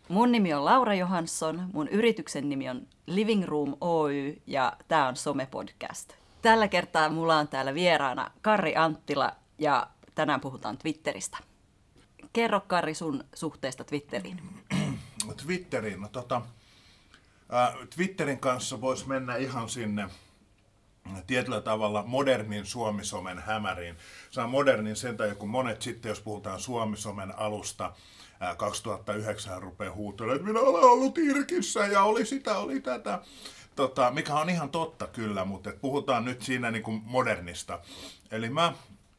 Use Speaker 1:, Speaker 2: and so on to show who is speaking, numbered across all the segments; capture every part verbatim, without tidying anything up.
Speaker 1: Mun nimi on Laura Johansson, mun yrityksen nimi on Living Room Oy ja tää on Some-podcast. Tällä kertaa mulla on täällä vieraana Karri Anttila ja tänään puhutaan Twitteristä. Kerro Karri sun suhteesta Twitteriin.
Speaker 2: Twitteriin, no tota, ää, Twitterin kanssa voisi mennä ihan sinne tietyllä tavalla modernin Suomi-somen hämäriin. Se on modernin sen takia, kun monet sitten, jos puhutaan Suomi-somen alusta, ää, kaksituhattayhdeksän rupeaa huutelemaan, että minä olen ollut Irkissä ja oli sitä, oli tätä. Tota, mikä on ihan totta kyllä, mutta et puhutaan nyt siinä niin kuin modernista. Eli mä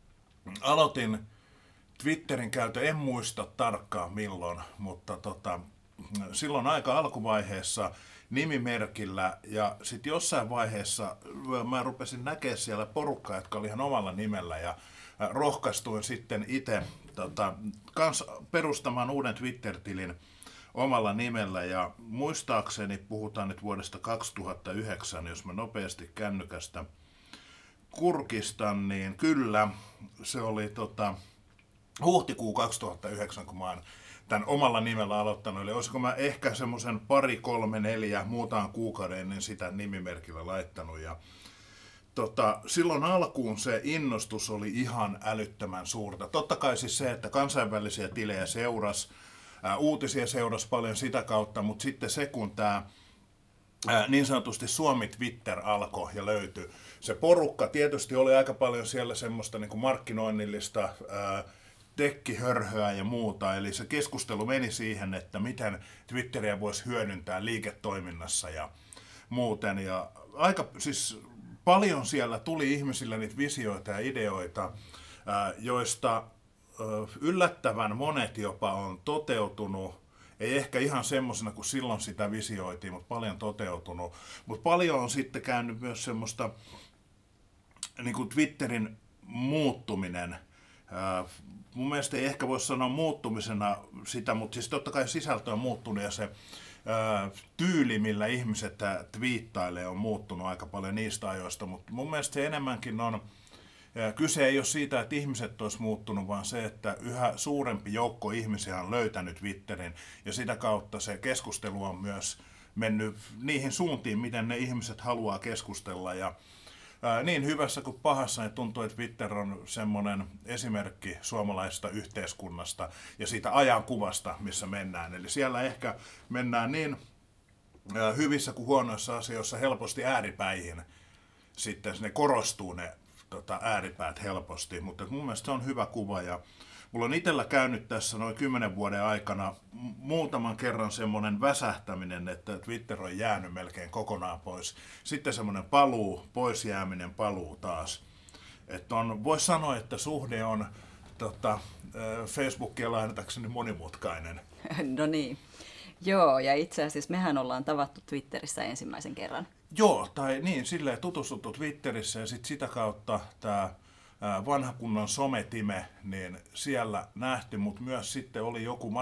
Speaker 2: aloitin Twitterin käytön, en muista tarkkaan milloin, mutta tota, silloin aika alkuvaiheessa nimimerkillä ja sitten jossain vaiheessa mä rupesin näkemään siellä porukkaa, jotka oli ihan omalla nimellä ja rohkaistuin sitten itse tota, kans perustamaan uuden Twitter-tilin omalla nimellä ja muistaakseni puhutaan nyt vuodesta kaksituhattayhdeksän, jos mä nopeasti kännykästä kurkistan, niin kyllä se oli tota, huhtikuu kaksituhattayhdeksän, kun mä oon tämän omalla nimellä aloittanut, eli olisiko mä ehkä semmoisen pari, kolme, neljä, muutaman kuukauden ennen sitä nimimerkillä laittanut. Ja, tota, silloin alkuun se innostus oli ihan älyttömän suurta. Totta kai siis se, että kansainvälisiä tilejä seurasi, ää, uutisia seurasi paljon sitä kautta, mutta sitten se, kun tämä niin sanotusti Suomi Twitter alkoi ja löytyi, se porukka tietysti oli aika paljon siellä semmoista niin kuin markkinoinnillista ää, tekkihörhöä ja muuta, eli se keskustelu meni siihen, että miten Twitteriä voisi hyödyntää liiketoiminnassa ja muuten. Ja aika siis paljon siellä tuli ihmisillä niitä visioita ja ideoita, joista yllättävän monet jopa on toteutunut. Ei ehkä ihan semmoisena kuin silloin sitä visioitiin, mutta paljon toteutunut. Mutta paljon on sitten käynyt myös semmoista niin kuin Twitterin muuttuminen. Mun mielestä ei ehkä voisi sanoa muuttumisena sitä, mutta siis totta kai sisältö on muuttunut ja se ää, tyyli, millä ihmiset twiittailee, on muuttunut aika paljon niistä ajoista, mutta mun mielestä se enemmänkin on, ää, kyse ei ole siitä, että ihmiset olisi muuttunut, vaan se, että yhä suurempi joukko ihmisiä on löytänyt Twitterin ja sitä kautta se keskustelu on myös mennyt niihin suuntiin, miten ne ihmiset haluaa keskustella ja Ää, niin hyvässä kuin pahassa, niin tuntuu, että Twitter on semmoinen esimerkki suomalaisesta yhteiskunnasta ja siitä ajankuvasta, missä mennään. Eli siellä ehkä mennään niin ää, hyvissä kuin huonoissa asioissa helposti ääripäihin. Sitten ne korostuu ne tota, ääripäät helposti, mutta mun mielestä se on hyvä kuva. Ja mulla on itsellä käynyt tässä noin kymmenen vuoden aikana muutaman kerran semmoinen väsähtäminen, että Twitter on jäänyt melkein kokonaan pois. Sitten semmoinen paluu, pois jääminen, paluu taas. Että on, voisi sanoa, että suhde on tota, Facebookia lainatakseni monimutkainen.
Speaker 1: No niin. Joo, ja itse asiassa mehän ollaan tavattu Twitterissä ensimmäisen kerran.
Speaker 2: Joo, tai niin, silleen tutustuttu Twitterissä ja sitten sitä kautta tämä vanha kunnon sometime, niin siellä nähty, mutta myös sitten oli joku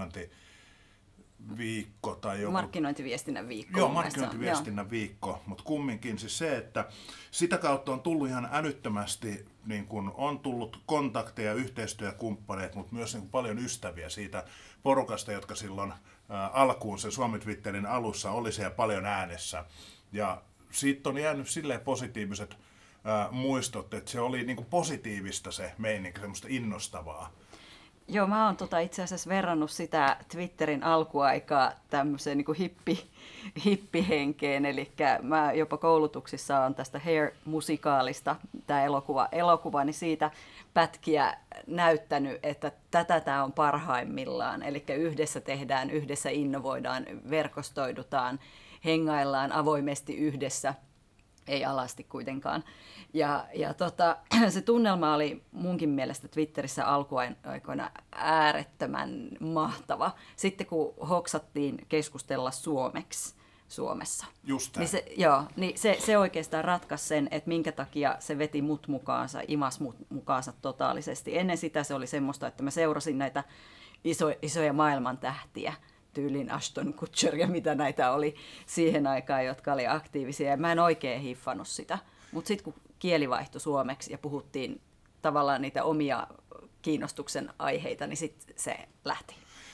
Speaker 2: markkinointiviikko tai joku...
Speaker 1: Markkinointiviestinnän viikko.
Speaker 2: Joo, markkinointiviestinnän viikko, mutta kumminkin siis se, että sitä kautta on tullut ihan älyttömästi, niin kun on tullut kontakteja, yhteistyökumppaneita, mutta myös niin kun paljon ystäviä siitä porukasta, jotka silloin ää, alkuun sen Suomi-Twitterin alussa oli siellä paljon äänessä. Ja siitä on jäänyt silleen positiiviset Ää, muistot, että se oli niinku positiivista se meininki, semmoista innostavaa.
Speaker 1: Joo, mä oon tota itse asiassa verrannut sitä Twitterin alkuaikaa tämmöiseen niinku hippi, hippihenkeen, eli mä jopa koulutuksissa on tästä Hair-musikaalista, tämä elokuva, elokuva, niin siitä pätkiä näyttänyt, että tätä tämä on parhaimmillaan, eli yhdessä tehdään, yhdessä innovoidaan, verkostoidutaan, hengaillaan avoimesti yhdessä, ei alasti kuitenkaan. Ja, ja tota, se tunnelma oli munkin mielestä Twitterissä alkuaikoina äärettömän mahtava. Sitten kun hoksattiin keskustella suomeksi Suomessa.
Speaker 2: Just
Speaker 1: niin se, joo, niin se, se oikeastaan ratkaisi sen, että minkä takia se veti mut mukaansa, imas mut mukaansa totaalisesti. Ennen sitä se oli semmoista, että mä seurasin näitä iso, isoja maailmantähtiä, tyylin Ashton Kutcher ja mitä näitä oli siihen aikaan, jotka oli aktiivisia. Ja mä en oikein hiffannut sitä. Mutta sitten kun kieli vaihtui suomeksi ja puhuttiin tavallaan niitä omia kiinnostuksen aiheita, niin sitten se lähti.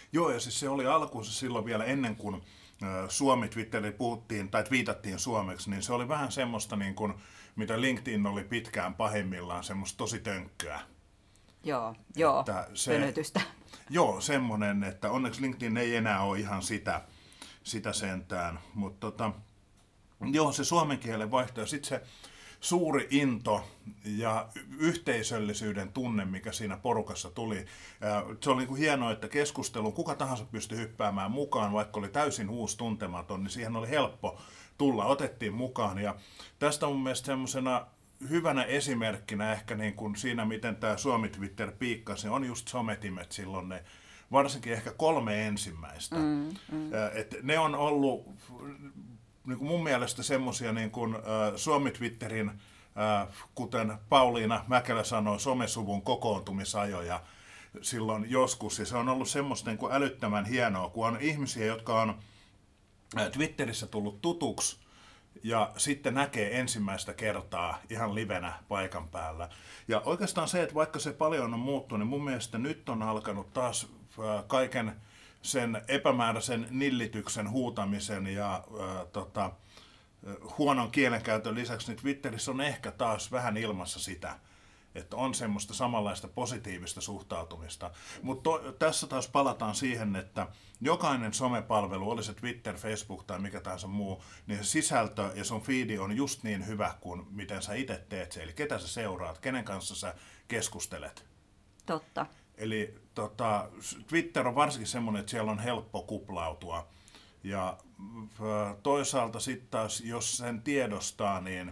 Speaker 2: Joo, ja siis se oli alkuunsa silloin vielä ennen kuin ö, Suomi Twitteriin puhuttiin tai twiitattiin suomeksi, niin se oli vähän semmoista, niin kuin, mitä LinkedIn oli pitkään pahimmillaan, semmoista tosi tönkköä.
Speaker 1: Joo, joo,
Speaker 2: se,
Speaker 1: pönötystä.
Speaker 2: Joo, semmoinen, että onneksi LinkedIn ei enää ole ihan sitä, sitä sentään, mutta tota, joo, se suomen kielen vaihto ja sitten se suuri into ja yhteisöllisyyden tunne, mikä siinä porukassa tuli. Se oli niin kuin hienoa, että keskusteluun kuka tahansa pystyi hyppäämään mukaan, vaikka oli täysin uusi tuntematon, niin siihen oli helppo tulla, otettiin mukaan. Ja tästä on mun mielestä semmoisena hyvänä esimerkkinä ehkä niin kuin siinä, miten tämä Suomi Twitter piikkasi, on just sometimet silloin ne, varsinkin ehkä kolme ensimmäistä. Mm, mm. Et ne on ollut niin kuin mun mielestä semmoisia niin kuin äh, Suomi Twitterin, äh, kuten Pauliina Mäkelä sanoi, somesuvun kokoontumisajoja silloin joskus. Ja se on ollut semmoista niin kuin älyttömän hienoa, kun on ihmisiä, jotka on äh, Twitterissä tullut tutuksi ja sitten näkee ensimmäistä kertaa ihan livenä paikan päällä. Ja oikeastaan se, että vaikka se paljon on muuttunut, niin mun mielestä nyt on alkanut taas äh, kaiken sen epämääräisen nillityksen, huutamisen ja äh, tota, huonon kielenkäytön lisäksi, niin Twitterissä on ehkä taas vähän ilmassa sitä, että on semmoista samanlaista positiivista suhtautumista. Mutta tässä taas palataan siihen, että jokainen somepalvelu, oli se Twitter, Facebook tai mikä tahansa muu, niin se sisältö ja sun feedi on just niin hyvä kuin miten sä itse teet se. Eli ketä sä seuraat, kenen kanssa sä keskustelet.
Speaker 1: Totta.
Speaker 2: Eli tota, Twitter on varsinkin semmoinen, että siellä on helppo kuplautua. Ja toisaalta sitten taas, jos sen tiedostaa, niin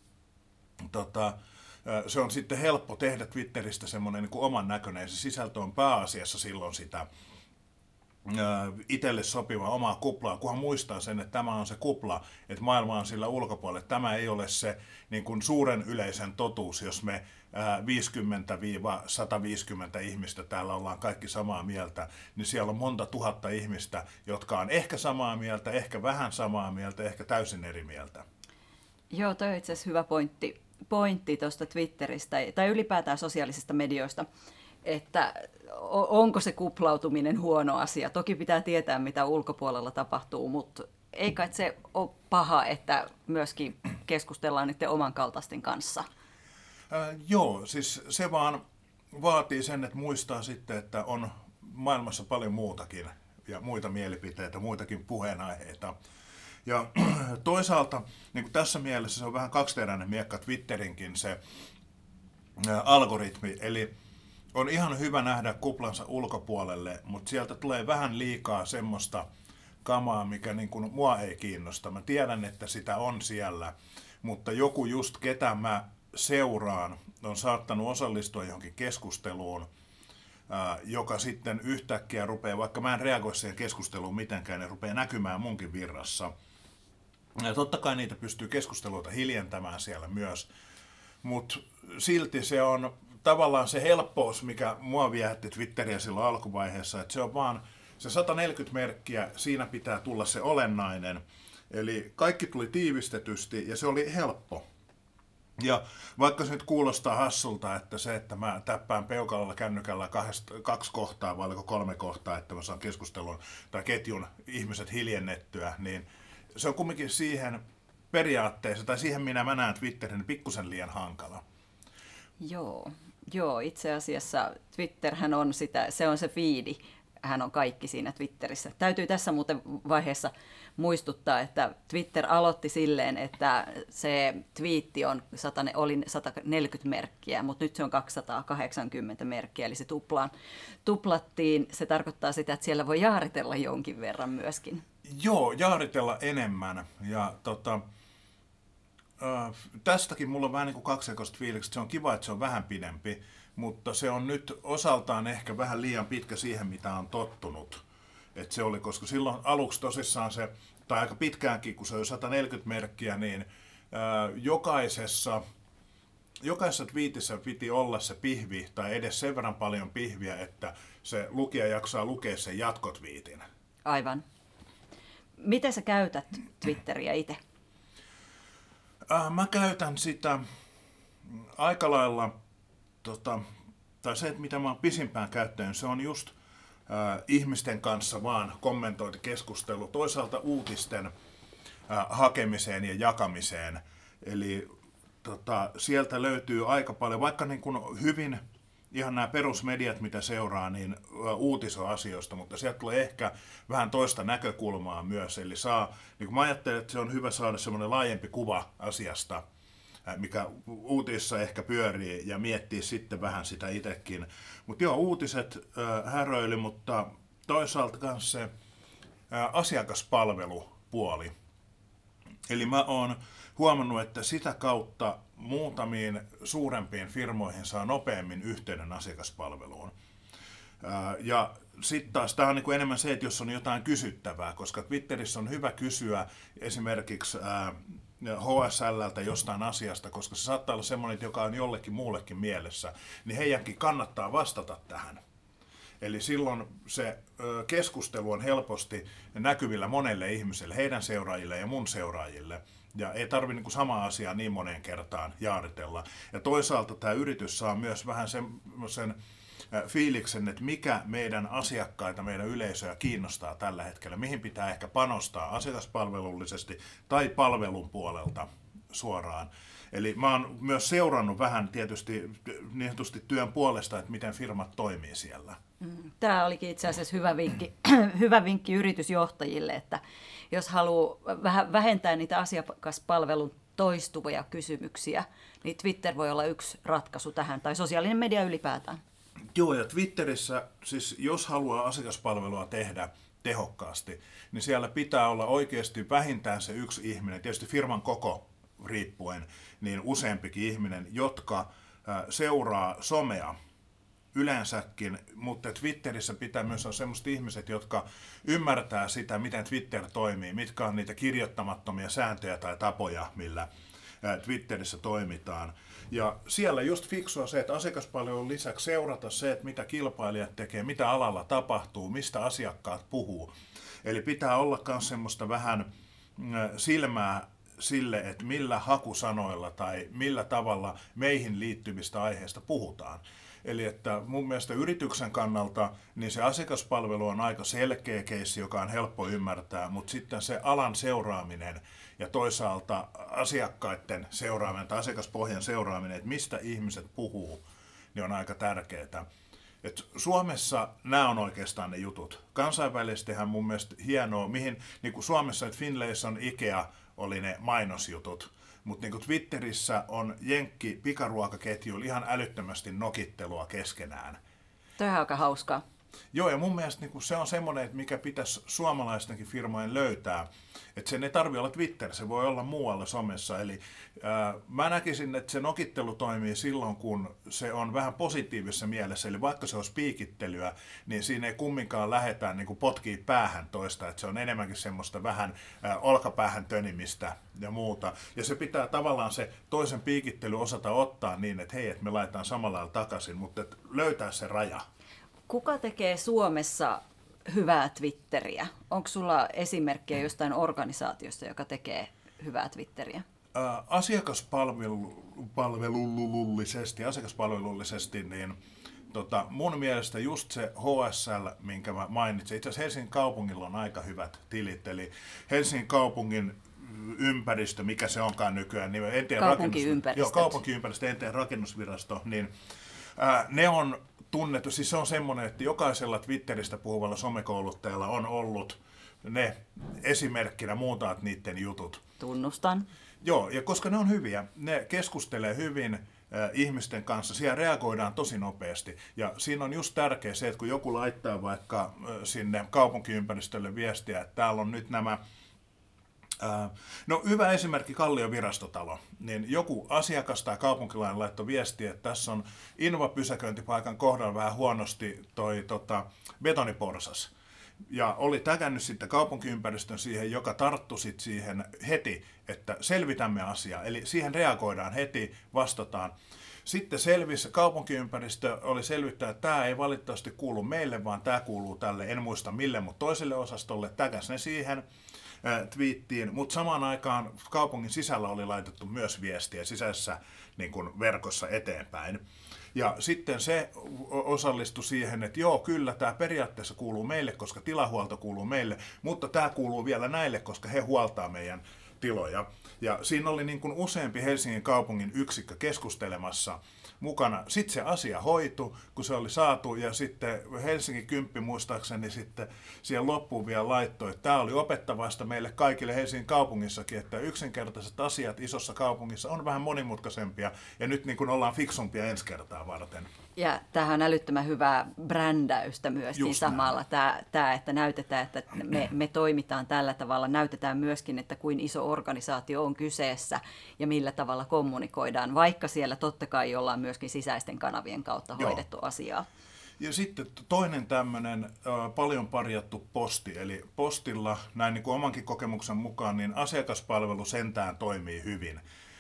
Speaker 2: tota, se on sitten helppo tehdä Twitteristä semmoinen niin kuin oman näköinen. Ja se sisältö on pääasiassa silloin sitä itselle sopiva omaa kuplaa, kunhan muistaa sen, että tämä on se kupla, että maailma on sillä ulkopuolella. Tämä ei ole se niin kuin suuren yleisen totuus, jos me viisikymmentä sata viisikymmentä ihmistä täällä ollaan kaikki samaa mieltä, niin siellä on monta tuhatta ihmistä, jotka on ehkä samaa mieltä, ehkä vähän samaa mieltä, ehkä täysin eri mieltä.
Speaker 1: Joo, toi on itse asiassa hyvä pointti, pointti tuosta Twitteristä tai ylipäätään sosiaalisista medioista, että onko se kuplautuminen huono asia. Toki pitää tietää, mitä ulkopuolella tapahtuu, mutta ei kai se ole paha, että myöskin keskustellaan niiden oman kaltaisten kanssa.
Speaker 2: Äh, joo, siis se vaan vaatii sen, että muistaa sitten, että on maailmassa paljon muutakin ja muita mielipiteitä, muitakin puheenaiheita. Ja toisaalta niin kuin tässä mielessä se on vähän kaksiteräinen miekka Twitterinkin se äh, algoritmi, eli on ihan hyvä nähdä kuplansa ulkopuolelle, mutta sieltä tulee vähän liikaa semmoista kamaa, mikä niin kuin mua ei kiinnosta. Mä tiedän, että sitä on siellä, mutta joku just ketä mä seuraan on saattanut osallistua johonkin keskusteluun, ää, joka sitten yhtäkkiä rupeaa, vaikka mä en reagoi siihen keskusteluun mitenkään, ne rupeaa näkymään munkin virrassa. Ja totta kai niitä pystyy keskusteluita hiljentämään siellä myös, mutta silti se on tavallaan se helppous, mikä mua viehätti Twitteriä silloin alkuvaiheessa, että se on vaan se sata neljäkymmentä merkkiä, siinä pitää tulla se olennainen. Eli kaikki tuli tiivistetysti ja se oli helppo. Ja vaikka se nyt kuulostaa hassulta, että se, että mä täppään peukalalla kännykällä kahdesta, kaksi kohtaa vai oliko kolme kohtaa, että mä saan keskustelun tai ketjun ihmiset hiljennettyä, niin se on kumminkin siihen periaatteessa, tai siihen minä mä näen Twitterin pikkusen liian hankala.
Speaker 1: Joo, joo, itse asiassa Twitterhän on sitä, se on se feedi, hän on kaikki siinä Twitterissä. Täytyy tässä muuten vaiheessa muistuttaa, että Twitter aloitti silleen, että se twiitti on sata, oli sata neljäkymmentä merkkiä, mutta nyt se on kaksisataakahdeksankymmentä merkkiä, eli se tuplaan, tuplattiin. Se tarkoittaa sitä, että siellä voi jaaritella jonkin verran myöskin.
Speaker 2: Joo, jaaritella enemmän. Ja tota, äh, tästäkin mulla on vähän niin kuin kaksijakoiset fiilikset. Se on kiva, että se on vähän pidempi, mutta se on nyt osaltaan ehkä vähän liian pitkä siihen, mitä on tottunut. Et se oli, koska silloin aluksi tosissaan se, tai aika pitkäänkin, kun se oli sata neljäkymmentä merkkiä, niin ää, jokaisessa, jokaisessa twiitissä piti olla se pihvi, tai edes sen verran paljon pihviä, että se lukija jaksaa lukea sen jatkotviitin.
Speaker 1: Aivan. Miten sä käytät Twitteriä itse?
Speaker 2: Ää, mä käytän sitä aika lailla, tota, tai se, että mitä mä oon pisimpään käyttänyt, se on just ihmisten kanssa vaan kommentointikeskustelu, toisaalta uutisten hakemiseen ja jakamiseen. Eli tota, sieltä löytyy aika paljon, vaikka niin kuin hyvin ihan nämä perusmediat, mitä seuraa, niin uutisoi asioista, mutta sieltä tulee ehkä vähän toista näkökulmaa myös. Eli saa, niin kuin mä ajattelen, että se on hyvä saada semmoinen laajempi kuva asiasta, mikä uutissa ehkä pyörii, ja miettii sitten vähän sitä itsekin. Mutta joo, uutiset äh, häröili, mutta toisaalta myös se äh, asiakaspalvelupuoli. Eli mä oon huomannut, että sitä kautta muutamiin suurempiin firmoihin saa nopeammin yhteyden asiakaspalveluun. Äh, ja sitten taas tämä on niin kuin enemmän se, että jos on jotain kysyttävää, koska Twitterissä on hyvä kysyä esimerkiksi äh, H S L:ltä jostain asiasta, koska se saattaa olla semmoinen, joka on jollekin muullekin mielessä, niin heidänkin kannattaa vastata tähän. Eli silloin se keskustelu on helposti näkyvillä monelle ihmiselle, heidän seuraajille ja mun seuraajille. Ja ei tarvitse niin kuin samaa asiaa niin moneen kertaan jaaritella. Ja toisaalta tämä yritys saa myös vähän semmoisen fiiliksen, että mikä meidän asiakkaita, meidän yleisöä kiinnostaa tällä hetkellä, mihin pitää ehkä panostaa asiakaspalvelullisesti tai palvelun puolelta suoraan. Eli mä oon myös seurannut vähän tietysti niin sanotusti työn puolesta, että miten firmat toimii siellä.
Speaker 1: Tämä olikin itse asiassa hyvä vinkki, hyvä vinkki yritysjohtajille, että jos haluaa vähän vähentää niitä asiakaspalvelun toistuvia kysymyksiä, niin Twitter voi olla yksi ratkaisu tähän, tai sosiaalinen media ylipäätään.
Speaker 2: Joo, ja Twitterissä, siis jos haluaa asiakaspalvelua tehdä tehokkaasti, niin siellä pitää olla oikeasti vähintään se yksi ihminen, tietysti firman koko riippuen, niin useampikin ihminen, jotka seuraa somea yleensäkin, mutta Twitterissä pitää myös olla sellaiset ihmiset, jotka ymmärtää sitä, miten Twitter toimii, mitkä on niitä kirjoittamattomia sääntöjä tai tapoja, millä Twitterissä toimitaan. Ja siellä just fiksua se, että asiakaspalvelun lisäksi seurata se, että mitä kilpailijat tekee, mitä alalla tapahtuu, mistä asiakkaat puhuu. Eli pitää olla myös semmoista vähän silmää sille, että millä hakusanoilla tai millä tavalla meihin liittyvistä aiheista puhutaan. Eli että mun mielestä yrityksen kannalta niin se asiakaspalvelu on aika selkeä keissi, joka on helppo ymmärtää, mutta sitten se alan seuraaminen ja toisaalta asiakkaiden seuraaminen tai asiakaspohjan seuraaminen, että mistä ihmiset puhuu, niin on aika tärkeää. Et Suomessa nämä on oikeastaan ne jutut. Kansainvälisestihän mun mielestä hienoa, mihin niin kuin Suomessa, että Finlayson, Ikea oli ne mainosjutut, mutta niin Twitterissä on jenkki pikaruokaketjuilla ihan älyttömästi nokittelua keskenään.
Speaker 1: Tämä on aika hauskaa.
Speaker 2: Joo, ja mun mielestä niin se on semmoinen, että mikä pitäisi suomalaistenkin firmojen löytää. Että sen ei tarvitse olla Twitter, se voi olla muualla somessa. Eli ää, mä näkisin, että se nokittelu toimii silloin, kun se on vähän positiivisessa mielessä. Eli vaikka se olisi piikittelyä, niin siinä ei kumminkaan lähdetä niin kuin potkii päähän toista. Että se on enemmänkin semmoista vähän ää, olkapäähän tönimistä ja muuta. Ja se pitää tavallaan se toisen piikittely osata ottaa niin, että hei, että me laitetaan samalla lailla takaisin, mutta löytää se raja.
Speaker 1: Kuka tekee Suomessa hyvää Twitteriä? Onko sulla esimerkkiä jostain organisaatiosta, joka tekee hyvää Twitteriä?
Speaker 2: Ää, asiakaspalvelullisesti, asiakaspalvelullisesti niin tota, mun mielestä just se H S L, minkä mä mainitsin, itse asiassa Helsingin kaupungilla on aika hyvät tilit, eli Helsingin kaupungin ympäristö, mikä se onkaan nykyään, niin en tiedä,
Speaker 1: kaupunkiympäristö.
Speaker 2: Joo, kaupunkiympäristö, en tiedä rakennusvirasto, niin ää, ne on tunnettu, siis se on semmoinen, että jokaisella Twitteristä puhuvalla somekouluttajalla on ollut ne esimerkkinä muutaat niiden jutut.
Speaker 1: Tunnustan.
Speaker 2: Joo, ja koska ne on hyviä, ne keskustelee hyvin äh, ihmisten kanssa, siellä reagoidaan tosi nopeasti. Ja siinä on just tärkeää se, että kun joku laittaa vaikka äh, sinne kaupunkiympäristölle viestiä, että täällä on nyt nämä no hyvä esimerkki Kallion virastotalo, niin joku asiakas tai kaupunkilainen laittoi viestiä, että tässä on Innova-pysäköintipaikan kohdalla vähän huonosti toi tota, betoniporsas. Ja oli tägännyt sitten kaupunkiympäristön siihen, joka tarttui sitten siihen heti, että selvitämme asiaa. Eli siihen reagoidaan heti, vastataan. Sitten selvisi, kaupunkiympäristö oli selvittää, että tämä ei valitettavasti kuulu meille, vaan tämä kuuluu tälle, en muista mille, mutta toiselle osastolle, täkäs ne siihen twiittiin, mutta samaan aikaan kaupungin sisällä oli laitettu myös viestiä sisäisessä niin kuin verkossa eteenpäin. Ja sitten se osallistui siihen, että joo, kyllä, tämä periaatteessa kuuluu meille, koska tilahuolto kuuluu meille, mutta tämä kuuluu vielä näille, koska he huoltaa meidän tiloja. Ja siinä oli niin kuin useampi Helsingin kaupungin yksikkö keskustelemassa mukana. Sitten se asia hoitui, kun se oli saatu, ja sitten Helsingin kymppi muistaakseni sitten siihen loppuun vielä laittoi, että tämä oli opettavaista meille kaikille Helsingin kaupungissakin, että yksinkertaiset asiat isossa kaupungissa on vähän monimutkaisempia, ja nyt niin kuin ollaan fiksumpia ensi kertaa varten.
Speaker 1: Ja tämähän on älyttömän hyvää brändäystä myöskin
Speaker 2: Just
Speaker 1: samalla, tämä, tämä, että näytetään, että me, me toimitaan tällä tavalla, näytetään myöskin, että kuin iso organisaatio on kyseessä ja millä tavalla kommunikoidaan, vaikka siellä totta kai ollaan myöskin sisäisten kanavien kautta
Speaker 2: Joo.
Speaker 1: hoidettu asiaa.
Speaker 2: Ja sitten toinen tämmöinen äh, paljon parjattu posti, eli postilla, näin niin kuin omankin kokemuksen mukaan, niin asiakaspalvelu sentään toimii hyvin.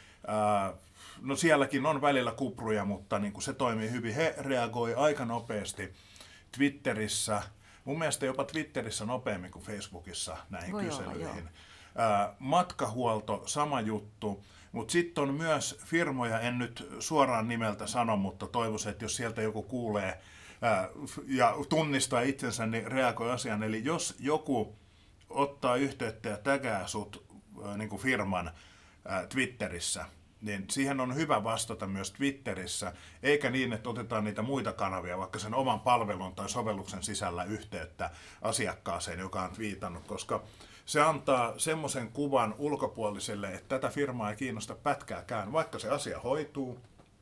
Speaker 2: Äh, no sielläkin on välillä kupruja, mutta niin kuin se toimii hyvin. He reagoi aika nopeasti Twitterissä, mun mielestä jopa Twitterissä nopeammin kuin Facebookissa näihin
Speaker 1: Voi
Speaker 2: kyselyihin.
Speaker 1: olla,
Speaker 2: Äh, matkahuolto, sama juttu. Mutta sitten on myös firmoja, en nyt suoraan nimeltä sano, mutta toivoisin, että jos sieltä joku kuulee ää, ja tunnistaa itsensä, niin reagoi asiaan. Eli jos joku ottaa yhteyttä ja tägää sut ää, niin kuin firman ää, Twitterissä, niin siihen on hyvä vastata myös Twitterissä, eikä niin, että otetaan niitä muita kanavia, vaikka sen oman palvelun tai sovelluksen sisällä yhteyttä asiakkaaseen, joka on twiitannut, koska se antaa semmoisen kuvan ulkopuoliselle, että tätä firmaa ei kiinnosta pätkääkään, vaikka se asia hoituu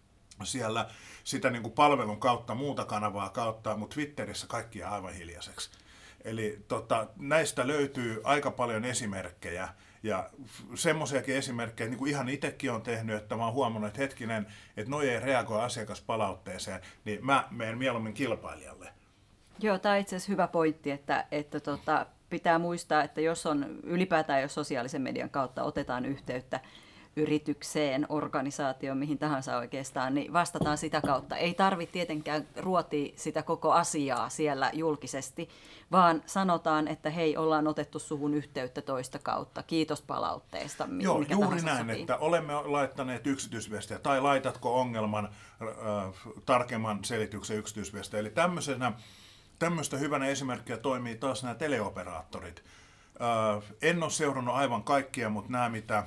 Speaker 2: siellä sitä niin kuin palvelun kautta, muuta kanavaa kautta, mutta Twitterissä kaikki jää aivan hiljaiseksi. Eli tota, näistä löytyy aika paljon esimerkkejä, ja semmoisiakin esimerkkejä, niin kuin ihan itsekin on tehnyt, että mä oon huomannut, että hetkinen, että noi ei reagoi asiakaspalautteeseen, niin mä menen mieluummin kilpailijalle.
Speaker 1: Joo, tämä on itse asiassa hyvä pointti, että, että tota, pitää muistaa, että jos on ylipäätään jos sosiaalisen median kautta otetaan yhteyttä yritykseen, organisaatioon, mihin tahansa oikeastaan, niin vastataan sitä kautta. Ei tarvitse tietenkään ruotia sitä koko asiaa siellä julkisesti, vaan sanotaan, että hei, ollaan otettu suhun yhteyttä toista kautta. Kiitos palautteesta.
Speaker 2: Joo,
Speaker 1: mikä
Speaker 2: juuri näin,
Speaker 1: sopii.
Speaker 2: että olemme laittaneet yksityisviestiä, tai laitatko ongelman äh, tarkemman selityksen yksityisviestiä. Eli tämmöisenä, tämmöistä hyvänä esimerkkiä toimii taas nämä teleoperaattorit. Äh, en ole seurannut aivan kaikkia, mutta nämä, mitä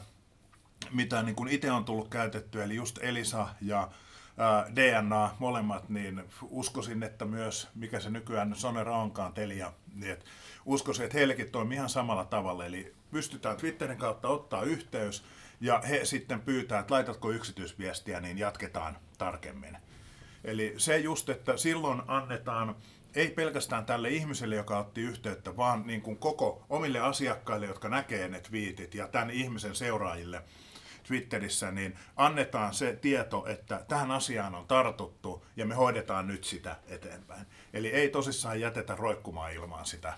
Speaker 2: mitä niin kuin itse on tullut käytettyä, eli just Elisa ja ää, D N A molemmat, niin uskoisin, että myös, mikä se nykyään Sonera onkaan, Telia, niin että uskoisin, että heillekin toimii ihan samalla tavalla, eli pystytään Twitterin kautta ottaa yhteys, ja he sitten pyytää, että laitatko yksityisviestiä, niin jatketaan tarkemmin. Eli se just, että silloin annetaan ei pelkästään tälle ihmiselle, joka otti yhteyttä, vaan niin kuin koko omille asiakkaille, jotka näkee ne twiitit, ja tämän ihmisen seuraajille Twitterissä, niin annetaan se tieto, että tähän asiaan on tartuttu, ja me hoidetaan nyt sitä eteenpäin. Eli ei tosissaan jätetä roikkumaan ilmaan sitä.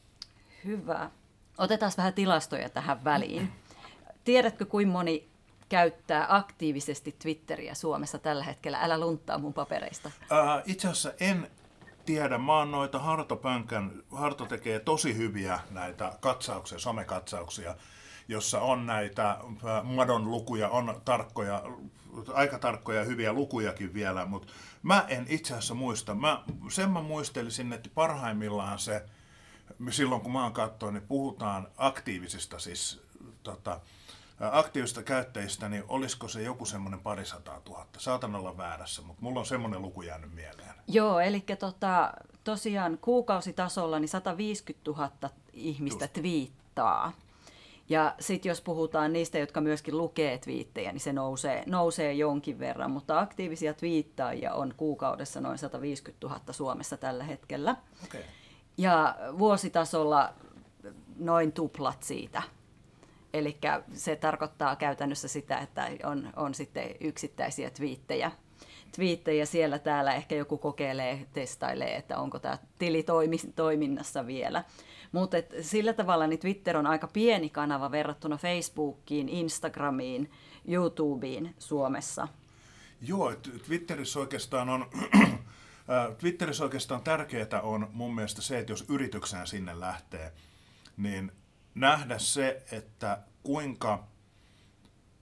Speaker 1: Hyvä. Otetaan vähän tilastoja tähän väliin. Tiedätkö, kuinka moni käyttää aktiivisesti Twitteriä Suomessa tällä hetkellä? Älä lunttaa mun papereista.
Speaker 2: Ää, itse asiassa en tiedä. Mä oon noita Harto Pönkän, Harto tekee tosi hyviä näitä katsauksia, somekatsauksia, jossa on näitä madon lukuja, on tarkkoja, aika tarkkoja hyviä lukujakin vielä, mutta mä en itse asiassa muista. Mä, sen mä muistelisin, että parhaimmillaan se, silloin kun mä oon katsonut, niin puhutaan aktiivisista, siis tota, aktiivisista käyttäjistä, niin olisiko se joku semmoinen parisataa tuhatta? Saatan olla väärässä, mutta mulla on semmoinen luku jäänyt mieleen.
Speaker 1: Joo, eli tota, tosiaan kuukausitasolla niin sata viisikymmentätuhatta ihmistä Just. twiittaa. Ja sitten jos puhutaan niistä, jotka myöskin lukee twiittejä, niin se nousee, nousee jonkin verran. Mutta aktiivisia twiittaajia on kuukaudessa noin sata viisikymmentätuhatta Suomessa tällä hetkellä.
Speaker 2: Okay.
Speaker 1: Ja vuositasolla noin tuplat siitä. Eli se tarkoittaa käytännössä sitä, että on, on sitten yksittäisiä twiittejä. Twiittejä siellä täällä ehkä joku kokeilee, testailee, että onko tämä tili toimi, toiminnassa vielä. Mutta sillä tavalla niin Twitter on aika pieni kanava verrattuna Facebookiin, Instagramiin, YouTubeen Suomessa.
Speaker 2: Joo, Twitterissä oikeastaan on Twitterissä oikeastaan tärkeää on mun mielestä se, että jos yritykseen sinne lähtee, niin nähdä se, että kuinka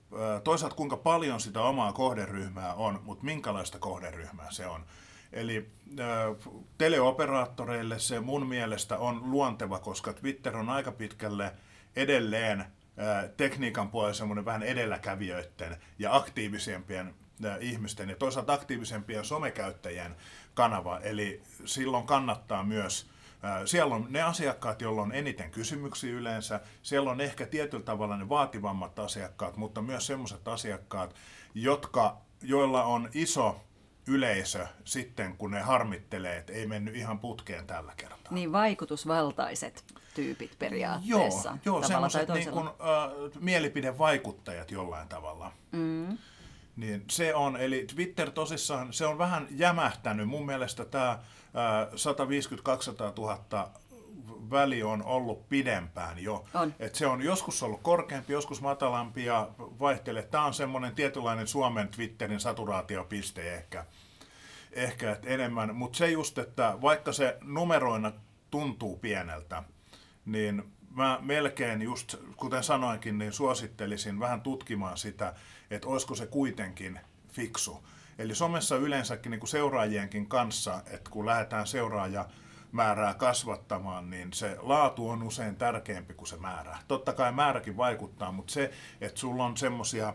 Speaker 2: toisaalta kuinka paljon sitä omaa kohderyhmää on, mutta minkälaista kohderyhmää se on. Eli äh, teleoperaattoreille se mun mielestä on luonteva, koska Twitter on aika pitkälle edelleen äh, tekniikan puolella semmoinen vähän edelläkävijöiden ja aktiivisempien äh, ihmisten ja toisaalta aktiivisempien somekäyttäjien kanava. Eli silloin kannattaa myös, äh, siellä on ne asiakkaat, joilla on eniten kysymyksiä yleensä, siellä on ehkä tietyllä tavalla ne vaativammat asiakkaat, mutta myös sellaiset asiakkaat, jotka, joilla on iso yleisö sitten, kun ne harmittelee, että ei mennyt ihan putkeen tällä kertaa.
Speaker 1: Niin vaikutusvaltaiset tyypit periaatteessa.
Speaker 2: Joo, joo semmoiset niin kuin, äh, mielipidevaikuttajat jollain tavalla. Mm. Niin se on, eli Twitter tosissaan, se on vähän jämähtänyt. Mun mielestä tämä äh, sata viisikymmentä kaksisataa tuhatta väli on ollut pidempään jo.
Speaker 1: On.
Speaker 2: Et se on joskus ollut korkeampi, joskus matalampi ja vaihtelee. Tämä on semmoinen tietynlainen Suomen Twitterin saturaatiopiste ehkä, ehkä että enemmän. Mutta se just, että vaikka se numeroina tuntuu pieneltä, niin mä melkein just, kuten sanoinkin, niin suosittelisin vähän tutkimaan sitä, että olisiko se kuitenkin fiksu. Eli somessa yleensäkin niin kuin seuraajienkin kanssa, että kun lähdetään seuraaja määrää kasvattamaan, niin se laatu on usein tärkeämpi kuin se määrä. Totta kai määräkin vaikuttaa, mutta se, että sulla on semmoisia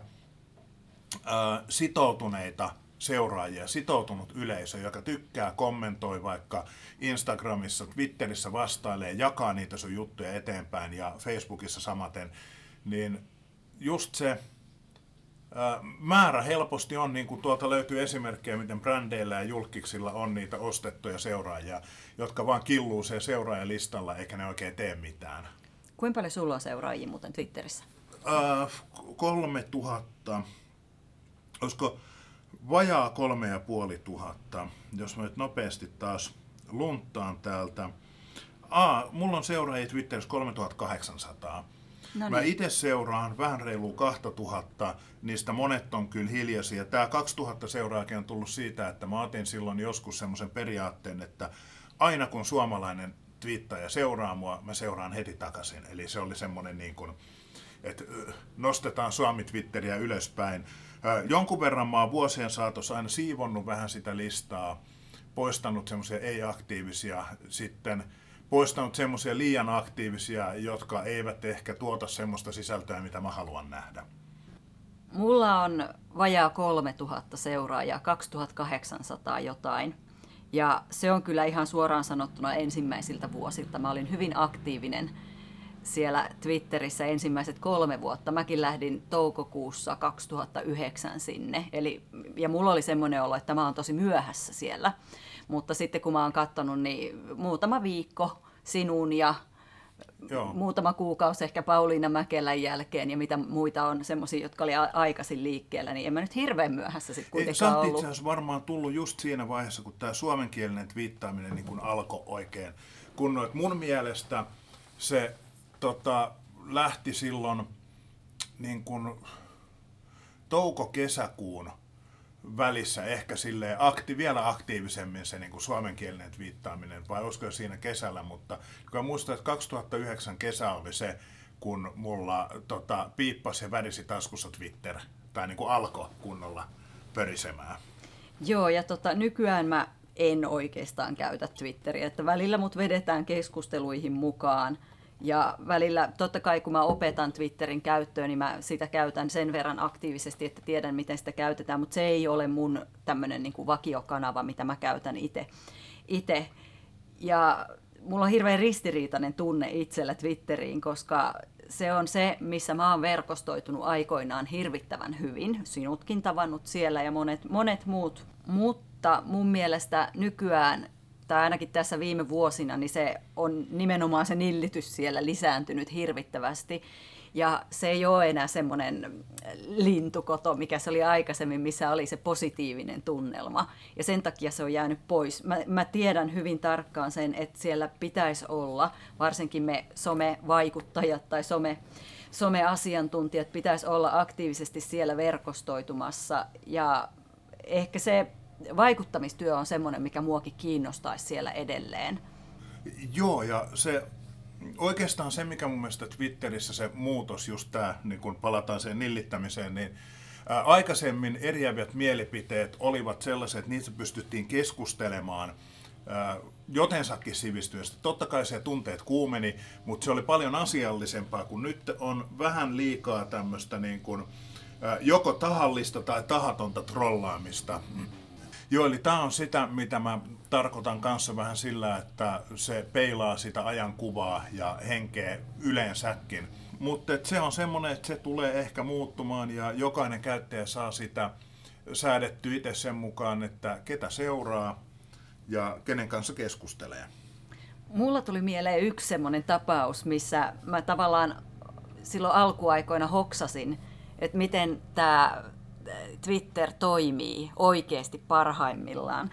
Speaker 2: sitoutuneita seuraajia, sitoutunut yleisö, joka tykkää, kommentoi vaikka Instagramissa, Twitterissä vastailee, jakaa niitä sun juttuja eteenpäin ja Facebookissa samaten, niin just se määrä helposti on, niin kuin tuolta löytyy esimerkkejä, miten brändeillä ja julkiksilla on niitä ostettuja seuraajia, jotka vaan killuu se seuraajalistalla eikä ne oikein tee mitään.
Speaker 1: Kuinka paljon sulla on seuraajia muuten Twitterissä?
Speaker 2: Äh, kolme tuhatta. Olisiko vajaa kolme ja puoli tuhatta, jos mä nyt nopeasti taas lunttaan täältä. Aa, mulla on seuraajia Twitterissä kolmetuhattakahdeksansataa. No niin. Mä itse seuraan vähän reilu kaksituhatta, niistä monet on kyllä hiljaisia. Tämä kaksituhatta seuraajakin on tullut siitä, että mä otin silloin joskus semmoisen periaatteen, että aina kun suomalainen twiittaaja seuraa mua, mä seuraan heti takaisin. Eli se oli semmoinen niin kuin, että nostetaan Suomi-Twitteriä ylöspäin. Jonkun verran mä oon vuosien saatossa aina siivonnut vähän sitä listaa, poistanut semmoisia ei-aktiivisia sitten, poistanut semmoisia liian aktiivisia, jotka eivät ehkä tuota semmoista sisältöä, mitä mä haluan nähdä.
Speaker 1: Mulla on vajaa kolmetuhatta seuraajaa, kaksituhattakahdeksansataa jotain. Ja se on kyllä ihan suoraan sanottuna ensimmäisiltä vuosilta. Mä olin hyvin aktiivinen siellä Twitterissä ensimmäiset kolme vuotta. Mäkin lähdin toukokuussa kaksituhattayhdeksän sinne. Eli, ja mulla oli semmoinen olo, että mä oon tosi myöhässä siellä. Mutta sitten kun mä oon katsonut, niin muutama viikko sinun ja Joo. muutama kuukausi ehkä Pauliina Mäkelän jälkeen ja mitä muita on semmoisia, jotka oli aikaisin liikkeellä, niin en mä nyt hirveän myöhässä sitten kuitenkaan ollut.
Speaker 2: Sä oot itse asiassa varmaan tullut just siinä vaiheessa, kun tämä suomenkielinen twiittaaminen niin kun alkoi oikein. Kun mun mielestä se tota, lähti silloin niin kun touko-kesäkuun välissä ehkä silleen akti, vielä aktiivisemmin se niin kuin suomenkielinen twiittaaminen, vai olisiko siinä kesällä, mutta kun muistan, että kaksituhattayhdeksän kesä oli se, kun mulla tota, piippasi ja värisi taskussa Twitter, tai niin kuin alkoi kunnolla pörisemään.
Speaker 1: Joo, ja tota, nykyään mä en oikeastaan käytä Twitteriä, että välillä mut vedetään keskusteluihin mukaan, ja välillä, totta kai kun mä opetan Twitterin käyttöön, niin mä sitä käytän sen verran aktiivisesti, että tiedän, miten sitä käytetään, mutta se ei ole mun tämmöinen niin kuin vakiokanava, mitä mä käytän itse. Ja mulla on hirveän ristiriitainen tunne itsellä Twitteriin, koska se on se, missä mä oon verkostoitunut aikoinaan hirvittävän hyvin. Sinutkin tavannut siellä ja monet, monet muut. Mutta mun mielestä nykyään, tai ainakin tässä viime vuosina, niin se on nimenomaan se nillitys siellä lisääntynyt hirvittävästi. Ja se ei ole enää semmoinen lintukoto, mikä se oli aikaisemmin, missä oli se positiivinen tunnelma. Ja sen takia se on jäänyt pois. Mä, mä tiedän hyvin tarkkaan sen, että siellä pitäisi olla, varsinkin me somevaikuttajat tai some, someasiantuntijat, pitäisi olla aktiivisesti siellä verkostoitumassa. Ja ehkä se vaikuttamistyö on semmoinen, mikä muakin kiinnostaisi siellä edelleen.
Speaker 2: Joo, ja se oikeastaan se, mikä mun mielestä Twitterissä se muutos, just tämä, niin kun palataan sen nillittämiseen, niin ää, aikaisemmin eriävät mielipiteet olivat sellaiset, että niistä pystyttiin keskustelemaan ää, jotensakin sivistyneesti. Totta kai se tunteet kuumeni, mutta se oli paljon asiallisempaa, kun nyt on vähän liikaa tämmöistä niin kun, ää, joko tahallista tai tahatonta trollaamista. Joo, eli tämä on sitä, mitä mä tarkoitan kanssa vähän sillä, että se peilaa sitä ajankuvaa ja henkeä yleensäkin. Mutta se on semmoinen, että se tulee ehkä muuttumaan ja jokainen käyttäjä saa sitä säädetty itse sen mukaan, että ketä seuraa ja kenen kanssa keskustelee.
Speaker 1: Mulla tuli mieleen yksi semmoinen tapaus, missä mä tavallaan silloin alkuaikoina hoksasin, että miten tämä Twitter toimii oikeasti parhaimmillaan.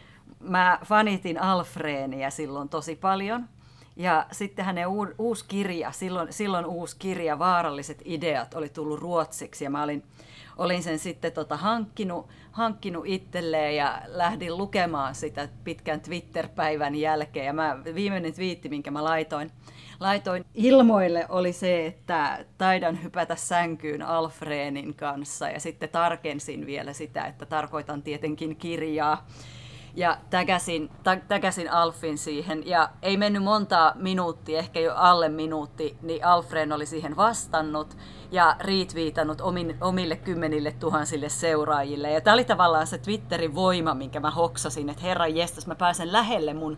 Speaker 1: Mä fanitin Alfreenia silloin tosi paljon. Ja sitten hänen uusi kirja, silloin, silloin uusi kirja, Vaaralliset ideat, oli tullut ruotsiksi. Ja mä olin, olin sen sitten tota hankkinut, hankkinut itselleen ja lähdin lukemaan sitä pitkän Twitter-päivän jälkeen. Ja mä, viimeinen twiitti, minkä mä laitoin, laitoin ilmoille, oli se, että taidan hypätä sänkyyn Alfreenin kanssa. Ja sitten tarkensin vielä sitä, että tarkoitan tietenkin kirjaa. Ja täkäsin, täkäsin Alfin siihen, ja ei mennyt montaa minuuttia, ehkä jo alle minuutti, niin Alfred oli siihen vastannut ja retweetannut omin, omille kymmenille tuhansille seuraajille. Ja tämä oli tavallaan se Twitterin voima, minkä mä hoksasin, että herran jestas, mä pääsen lähelle mun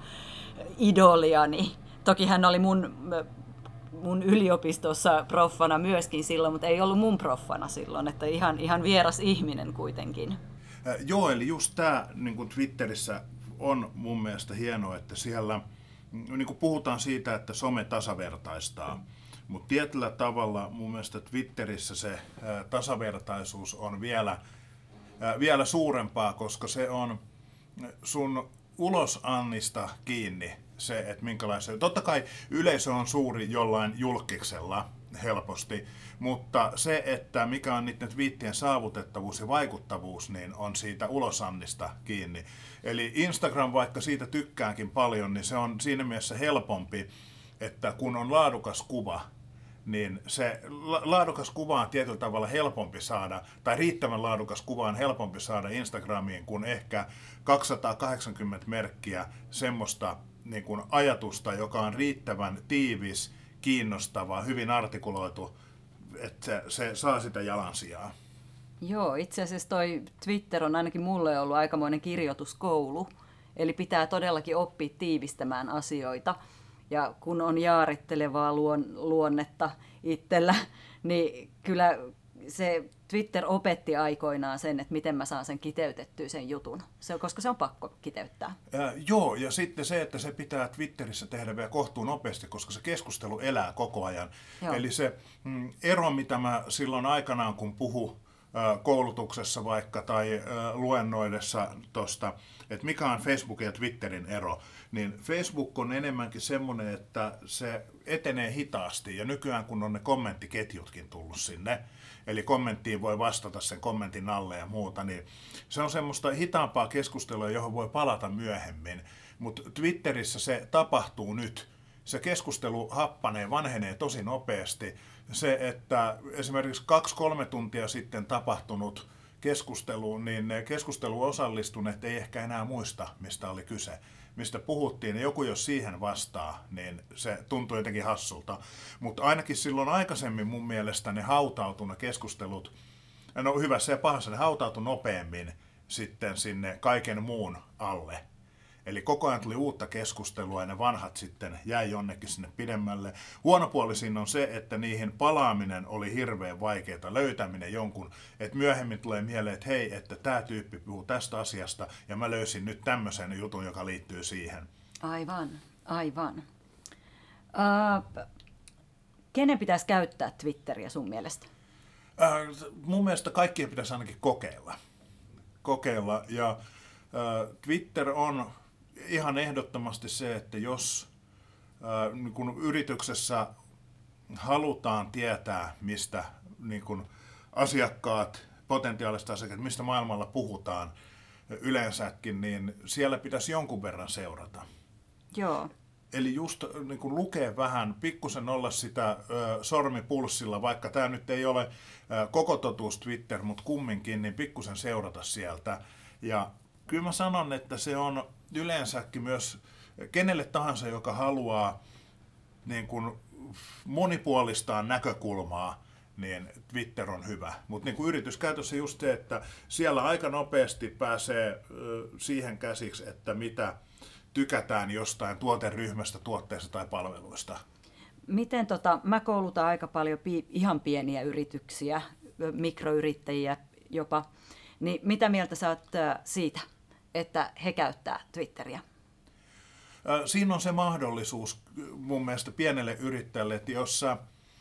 Speaker 1: idoliani. Toki hän oli mun, mun yliopistossa proffana myöskin silloin, mutta ei ollut mun proffana silloin, että ihan, ihan vieras ihminen kuitenkin.
Speaker 2: Joo, eli just tämä niin Twitterissä on mun mielestä hienoa, että siellä niin kuin puhutaan siitä, että some tasavertaistaa, mutta tietyllä tavalla mun mielestä Twitterissä se ää, tasavertaisuus on vielä, ää, vielä suurempaa, koska se on sun ulosannista kiinni se, että minkälaisia. Totta kai yleisö on suuri jollain julkiksella helposti, mutta se, että mikä on niiden twiittien saavutettavuus ja vaikuttavuus, niin on siitä ulosannista kiinni. Eli Instagram, vaikka siitä tykkäänkin paljon, niin se on siinä mielessä helpompi, että kun on laadukas kuva, niin se laadukas kuva on tietyllä tavalla helpompi saada, tai riittävän laadukas kuva on helpompi saada Instagramiin kuin ehkä kaksisataakahdeksankymmentä merkkiä semmoista niin kuin ajatusta, joka on riittävän tiivis, kiinnostava, hyvin artikuloitu, että se, se saa sitä jalansijaa.
Speaker 1: Joo, itse asiassa toi Twitter on ainakin mulle ollut aikamoinen kirjoituskoulu, eli pitää todellakin oppia tiivistämään asioita. Ja kun on jaarittelevaa luon, luonnetta itsellä, niin kyllä se Twitter opetti aikoinaan sen, että miten mä saan sen kiteytettyä sen jutun, se, koska se on pakko kiteyttää.
Speaker 2: Ää, joo, ja sitten se, että se pitää Twitterissä tehdä vielä kohtuun nopeasti, koska se keskustelu elää koko ajan. Joo. Eli se mm, ero, mitä mä silloin aikanaan, kun puhun ä, koulutuksessa vaikka tai ä, luennoidessa tuosta, että mikä on Facebookin ja Twitterin ero, niin Facebook on enemmänkin semmoinen, että se etenee hitaasti, ja nykyään kun on ne kommenttiketjutkin tullut sinne, eli kommenttiin voi vastata sen kommentin alle ja muuta, niin se on semmoista hitaampaa keskustelua, johon voi palata myöhemmin. Mutta Twitterissä se tapahtuu nyt. Se keskustelu happanee, vanhenee tosi nopeasti. Se, että esimerkiksi kaksi-kolme tuntia sitten tapahtunut keskustelu, niin ne keskusteluun osallistuneet ei ehkä enää muista, mistä oli kyse. Mistä puhuttiin, ja joku jos siihen vastaa, niin se tuntuu jotenkin hassulta. Mutta ainakin silloin aikaisemmin mun mielestä ne hautautui ne keskustelut, no hyvässä ja pahassa, ne hautautui nopeammin sitten sinne kaiken muun alle. Eli koko ajan tuli uutta keskustelua ja ne vanhat sitten jäi jonnekin sinne pidemmälle. Huono puoli siinä on se, että niihin palaaminen oli hirveän vaikeaa, löytäminen jonkun, että myöhemmin tulee mieleen, että hei, että tämä tyyppi puhuu tästä asiasta ja mä löysin nyt tämmöisen jutun, joka liittyy siihen.
Speaker 1: Aivan, aivan. Uh, kenen pitäisi käyttää Twitteriä sun mielestä?
Speaker 2: Uh, mun mielestä kaikkien pitäisi ainakin kokeilla. Kokeilla ja uh, Twitter on ihan ehdottomasti se, että jos äh, niin kun yrityksessä halutaan tietää, mistä niin kun asiakkaat, potentiaaliset asiakkaat, mistä maailmalla puhutaan yleensäkin, niin siellä pitäisi jonkun verran seurata.
Speaker 1: Joo.
Speaker 2: Eli just niin kuin lukee vähän, pikkusen olla sitä ö, sormipulssilla, vaikka tämä nyt ei ole ö, koko totuus Twitter, mutta kumminkin, niin pikkusen seurata sieltä. Ja kyllä mä sanon, että se on yleensäkin myös kenelle tahansa, joka haluaa niin kuin monipuolistaa näkökulmaa, niin Twitter on hyvä. Mutta niin kuin yrityskäytössä just se, että siellä aika nopeasti pääsee ö, siihen käsiksi, että mitä tykätään jostain tuoteryhmästä, tuotteesta tai palveluista.
Speaker 1: Miten tota, mä koulutan aika paljon pi- ihan pieniä yrityksiä, mikroyrittäjiä jopa, niin mitä mieltä sä oot äh, siitä, että he käyttää Twitteriä?
Speaker 2: Siinä on se mahdollisuus mun mielestä pienelle yrittäjälle, että jos sä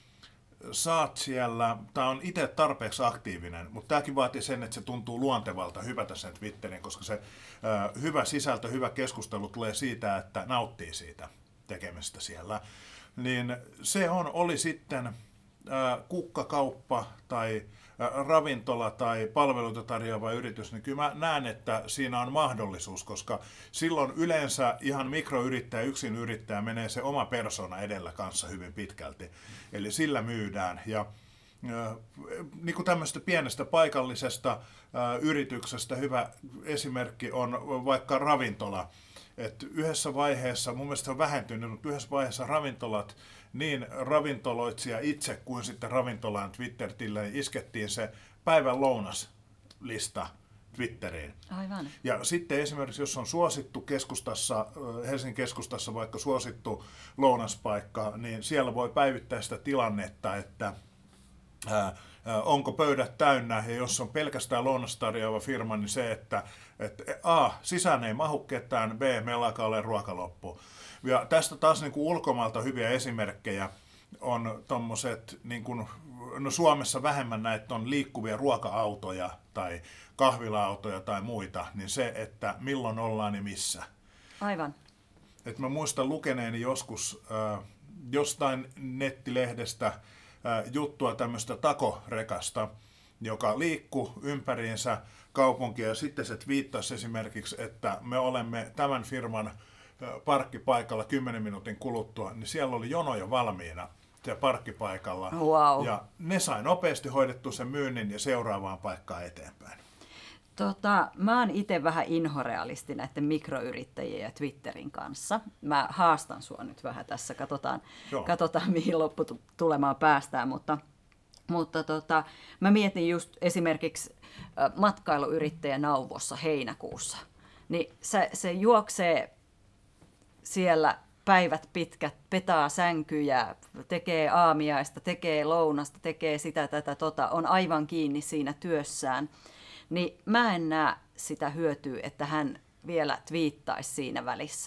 Speaker 2: saat siellä, tää on itse tarpeeksi aktiivinen, mutta tämäkin vaatii sen, että se tuntuu luontevalta hypätä sen Twitterin, koska se äh, hyvä sisältö, hyvä keskustelu tulee siitä, että nauttii siitä tekemistä siellä. Niin se on, oli sitten äh, kukkakauppa tai äh, ravintola tai palveluita tarjoava yritys, niin kyllä mä näen, että siinä on mahdollisuus, koska silloin yleensä ihan mikroyrittäjä, yksin yrittäjä menee se oma persona edellä kanssa hyvin pitkälti. Eli sillä myydään. Ja äh, niin kuin tämmöistä pienestä paikallisesta äh, yrityksestä hyvä esimerkki on vaikka ravintola. Et yhdessä vaiheessa, mun mielestä se on vähentynyt, mutta yhdessä vaiheessa ravintolat, niin ravintoloitsija itse kuin sitten ravintolan Twitter-tillä, niin iskettiin se päivän lounaslista Twitteriin.
Speaker 1: Aivan.
Speaker 2: Ja sitten esimerkiksi, jos on suosittu keskustassa, Helsingin keskustassa vaikka suosittu lounaspaikka, niin siellä voi päivittää sitä tilannetta, että ää, onko pöydät täynnä, ja jos on pelkästään lounasta tarjoava firma, niin se, että, että A, sisään ei mahu ketään, B, meillä alkaa olla ruoka loppu. Ja tästä taas niin kuin ulkomailta hyviä esimerkkejä on tommoset, niin kuin, no Suomessa vähemmän näitä on liikkuvia ruoka-autoja tai kahvila-autoja tai muita, niin se, että milloin ollaan ja missä.
Speaker 1: Aivan.
Speaker 2: Et mä muistan lukeneeni joskus äh, jostain nettilehdestä äh, juttua tämmöistä takorekasta, joka liikkuu ympäriinsä kaupunkia, ja sitten se twiittasi esimerkiksi, että me olemme tämän firman parkkipaikalla kymmenen minuutin kuluttua, niin siellä oli jono jo valmiina siellä parkkipaikalla.
Speaker 1: Wow.
Speaker 2: Ja ne sai nopeasti hoidettua sen myynnin ja seuraavaan paikkaan eteenpäin.
Speaker 1: Tota, mä oon itse vähän inhorealisti näiden mikroyrittäjien ja Twitterin kanssa. Mä haastan sua nyt vähän tässä, katsotaan, katsotaan mihin lopputulemaan päästään, mutta, mutta tota, mä mietin just esimerkiksi matkailuyrittäjä Nauvossa heinäkuussa, niin se, se juoksee siellä päivät pitkät, petaa sänkyjä, tekee aamiaista, tekee lounasta, tekee sitä, tätä, tota, on aivan kiinni siinä työssään, niin mä en näe sitä hyötyä, että hän vielä twiittaisi siinä välissä.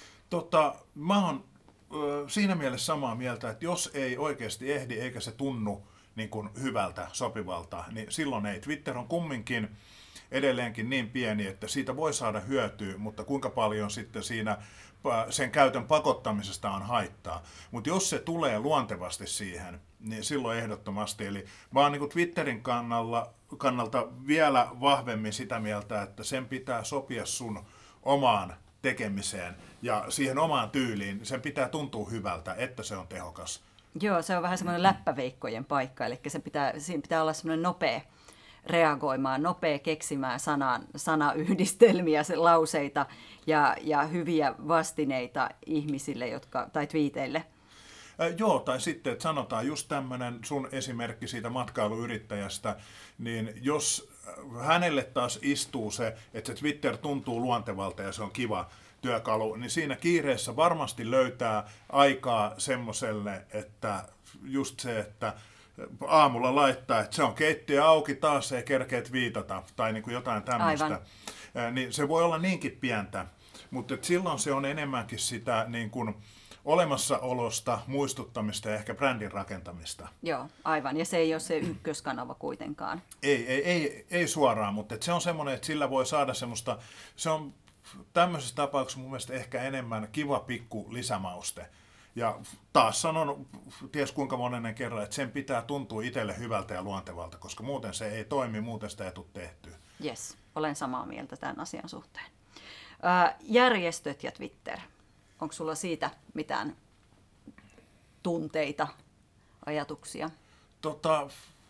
Speaker 2: Tota, mä oon ö, siinä mielessä samaa mieltä, että jos ei oikeasti ehdi eikä se tunnu niin kuin hyvältä, sopivalta, niin silloin ei. Twitter on kumminkin edelleenkin niin pieni, että siitä voi saada hyötyä, mutta kuinka paljon sitten siinä sen käytön pakottamisesta on haittaa. Mutta jos se tulee luontevasti siihen, niin silloin ehdottomasti. Eli vaan niin kuin Twitterin kannalla, kannalta vielä vahvemmin sitä mieltä, että sen pitää sopia sun omaan tekemiseen ja siihen omaan tyyliin. Sen pitää tuntua hyvältä, että se on tehokas.
Speaker 1: Joo, se on vähän semmoinen läppäveikkojen paikka, eli se pitää, siinä pitää olla semmoinen nopea reagoimaan, nopea keksimään sanan, sanayhdistelmiä, lauseita ja, ja hyviä vastineita ihmisille jotka, tai twiiteille.
Speaker 2: Äh, joo, tai sitten, että sanotaan just tämmöinen sun esimerkki siitä matkailuyrittäjästä, niin jos hänelle taas istuu se, että se Twitter tuntuu luontevalta ja se on kiva työkalu, niin siinä kiireessä varmasti löytää aikaa semmoselle, että just se, että aamulla laittaa, että se on keittiö auki, taas ei kerkeet viitata, tai niin kuin jotain tämmöistä. Niin se voi olla niinkin pientä, mutta silloin se on enemmänkin sitä niin kuin olemassaolosta, muistuttamista ja ehkä brändin rakentamista.
Speaker 1: Joo, aivan. Ja se ei ole se ykköskanava kuitenkaan.
Speaker 2: Ei, ei, ei, ei suoraan, mutta se on semmoinen, että sillä voi saada semmoista, se on tämmöisessä tapauksessa mun mielestä ehkä enemmän kiva pikku lisämauste. Ja taas sanon, ties kuinka monennen kerran, että sen pitää tuntua itselle hyvältä ja luontevalta, koska muuten se ei toimi, muuten sitä ei tule tehtyä.
Speaker 1: Jes, olen samaa mieltä tämän asian suhteen. Ää, järjestöt ja Twitter. Onko sulla siitä mitään tunteita, ajatuksia?
Speaker 2: Tota,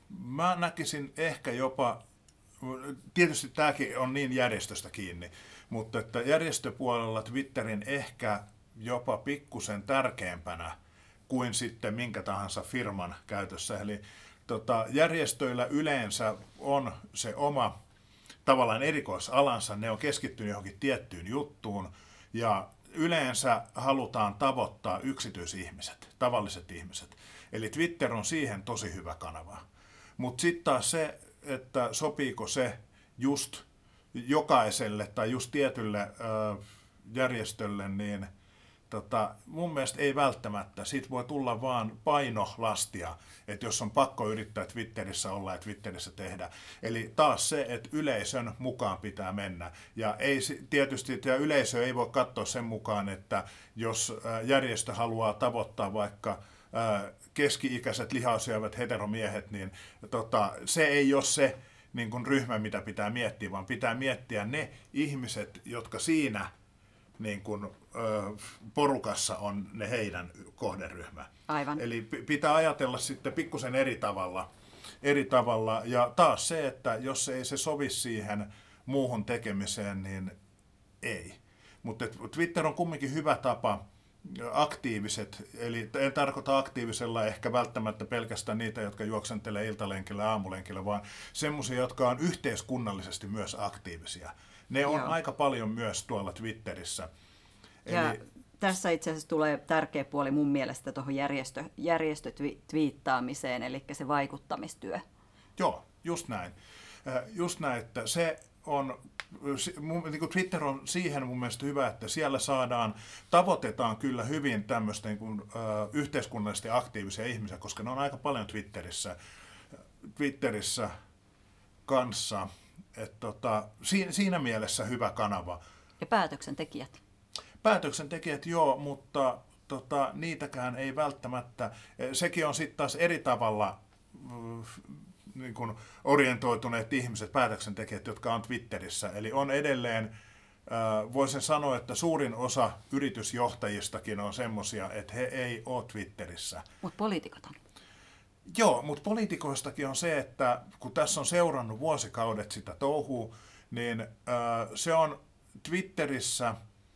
Speaker 2: mä näkisin ehkä jopa, tietysti tämäkin on niin järjestöstä kiinni, mutta että järjestöpuolella Twitterin ehkä jopa pikkusen tärkeämpänä kuin sitten minkä tahansa firman käytössä. Eli tota, järjestöillä yleensä on se oma tavallaan erikoisalansa, ne on keskittynyt johonkin tiettyyn juttuun ja yleensä halutaan tavoittaa yksityisihmiset, tavalliset ihmiset. Eli Twitter on siihen tosi hyvä kanava. Mutta sitten taas se, että sopiiko se just jokaiselle tai just tietylle ö, järjestölle, niin tota, mun mielestä ei välttämättä. Siitä voi tulla vaan painolastia, että jos on pakko yrittää Twitterissä olla ja Twitterissä tehdä. Eli taas se, että yleisön mukaan pitää mennä. Ja ei, tietysti ja yleisö ei voi katsoa sen mukaan, että jos järjestö haluaa tavoittaa vaikka keski-ikäiset lihasyövät heteromiehet, niin tota, se ei ole se niin kuin ryhmä, mitä pitää miettiä, vaan pitää miettiä ne ihmiset, jotka siinä niin kuin, ö, porukassa on ne heidän kohderyhmä.
Speaker 1: Aivan.
Speaker 2: Eli p- pitää ajatella sitten pikkusen eri tavalla, eri tavalla. Ja taas se, että jos ei se sovi siihen muuhun tekemiseen, niin ei. Mutta Twitter on kumminkin hyvä tapa, aktiiviset, eli en tarkoita aktiivisella ehkä välttämättä pelkästään niitä, jotka juoksentelee iltalenkillä ja aamulenkillä, vaan semmoisia, jotka on yhteiskunnallisesti myös aktiivisia. Ne on Joo. aika paljon myös tuolla Twitterissä.
Speaker 1: Ja
Speaker 2: eli
Speaker 1: tässä itse asiassa tulee tärkeä puoli mun mielestä tuohon järjestö, järjestötviittaamiseen, eli se vaikuttamistyö.
Speaker 2: Joo, just näin. Just näin, että se on, niin kuin Twitter on siihen mun mielestä hyvä, että siellä saadaan, tavoitetaan kyllä hyvin tämmöistä niin kuin, uh, yhteiskunnallisesti aktiivisia ihmisiä, koska ne on aika paljon Twitterissä, Twitterissä kanssa. Et, tota, siinä, siinä mielessä hyvä kanava.
Speaker 1: Ja päätöksentekijät.
Speaker 2: Päätöksentekijät joo, mutta tota, niitäkään ei välttämättä, sekin on sitten taas eri tavalla mm, niin kuin orientoituneet ihmiset, päätöksentekijät, jotka on Twitterissä. Eli on edelleen, äh, voisin sanoa, että suurin osa yritysjohtajistakin on semmoisia, että he ei ole Twitterissä.
Speaker 1: Mutta poliitikot on.
Speaker 2: Joo, mutta poliitikoistakin on se, että kun tässä on seurannut vuosikaudet sitä touhua, niin äh, se on Twitterissä,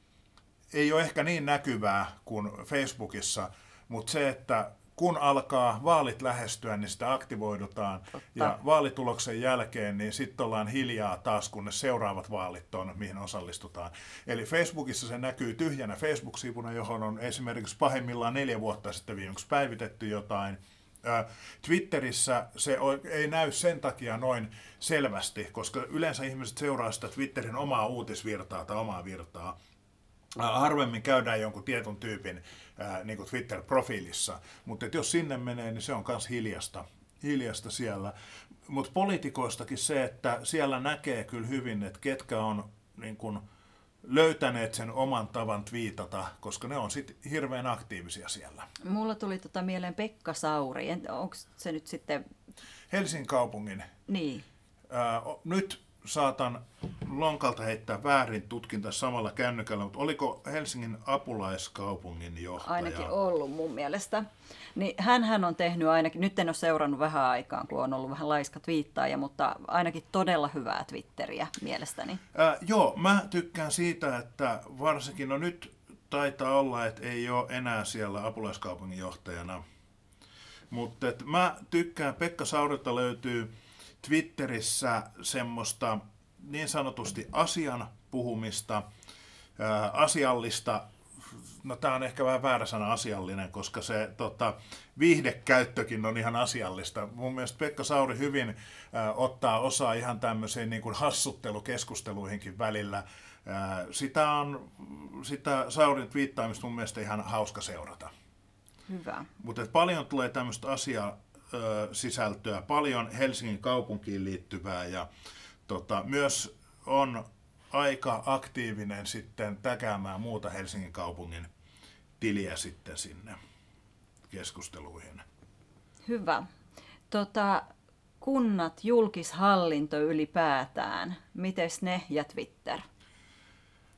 Speaker 2: ei ole ehkä niin näkyvää kuin Facebookissa, mutta se, että kun alkaa vaalit lähestyä, niin sitä aktivoidutaan. Totta. Ja vaalituloksen jälkeen, niin sitten ollaan hiljaa taas, kun ne seuraavat vaalit on, mihin osallistutaan. Eli Facebookissa se näkyy tyhjänä Facebook-sivuna, johon on esimerkiksi pahimmillaan neljä vuotta sitten viimeksi päivitetty jotain. Twitterissä se ei näy sen takia noin selvästi, koska yleensä ihmiset seuraa sitä Twitterin omaa uutisvirtaa tai omaa virtaa. Harvemmin käydään jonkun tietyn tyypin ää, niin kuin Twitter-profiilissa, mutta jos sinne menee, niin se on myös hiljasta, hiljasta siellä. Mutta poliitikoistakin se, että siellä näkee kyllä hyvin, että ketkä on niin kuin löytäneet sen oman tavan twiitata, koska ne on sitten hirveän aktiivisia siellä.
Speaker 1: Mulla tuli tota mieleen Pekka Sauri. Onko se nyt sitten
Speaker 2: Helsingin kaupungin.
Speaker 1: Niin.
Speaker 2: Ää, nyt saatan lonkalta heittää väärin tutkinta samalla kännykällä, mutta oliko Helsingin apulaiskaupungin johtaja?
Speaker 1: Ainakin ollut mun mielestä. Niin hänhän on tehnyt ainakin, nyt en ole seurannut vähän aikaan, kun on ollut vähän laiska twiittaaja, mutta ainakin todella hyvää Twitteriä mielestäni.
Speaker 2: Ää, joo, mä tykkään siitä, että varsinkin, no nyt taitaa olla, että ei ole enää siellä apulaiskaupungin johtajana, mutta mä tykkään, Pekka Saurilta löytyy Twitterissä semmoista niin sanotusti asian puhumista, ää, asiallista, no tämä on ehkä vähän väärä sana asiallinen, koska se tota, viihdekäyttökin on ihan asiallista. Mun mielestä Pekka Sauri hyvin ää, ottaa osaa ihan tämmöiseen niin kuin hassuttelukeskusteluihinkin välillä. Ää, sitä on, sitä Saurin twiittaamista mun mielestä ihan hauska seurata.
Speaker 1: Hyvä.
Speaker 2: Mutta paljon tulee tämmöistä asiaa, sisältöä, paljon Helsingin kaupunkiin liittyvää ja tota, myös on aika aktiivinen sitten täkäämään muuta Helsingin kaupungin tiliä sitten sinne keskusteluihin.
Speaker 1: Hyvä. Tota, kunnat, julkishallinto ylipäätään, mites ne ja Twitter?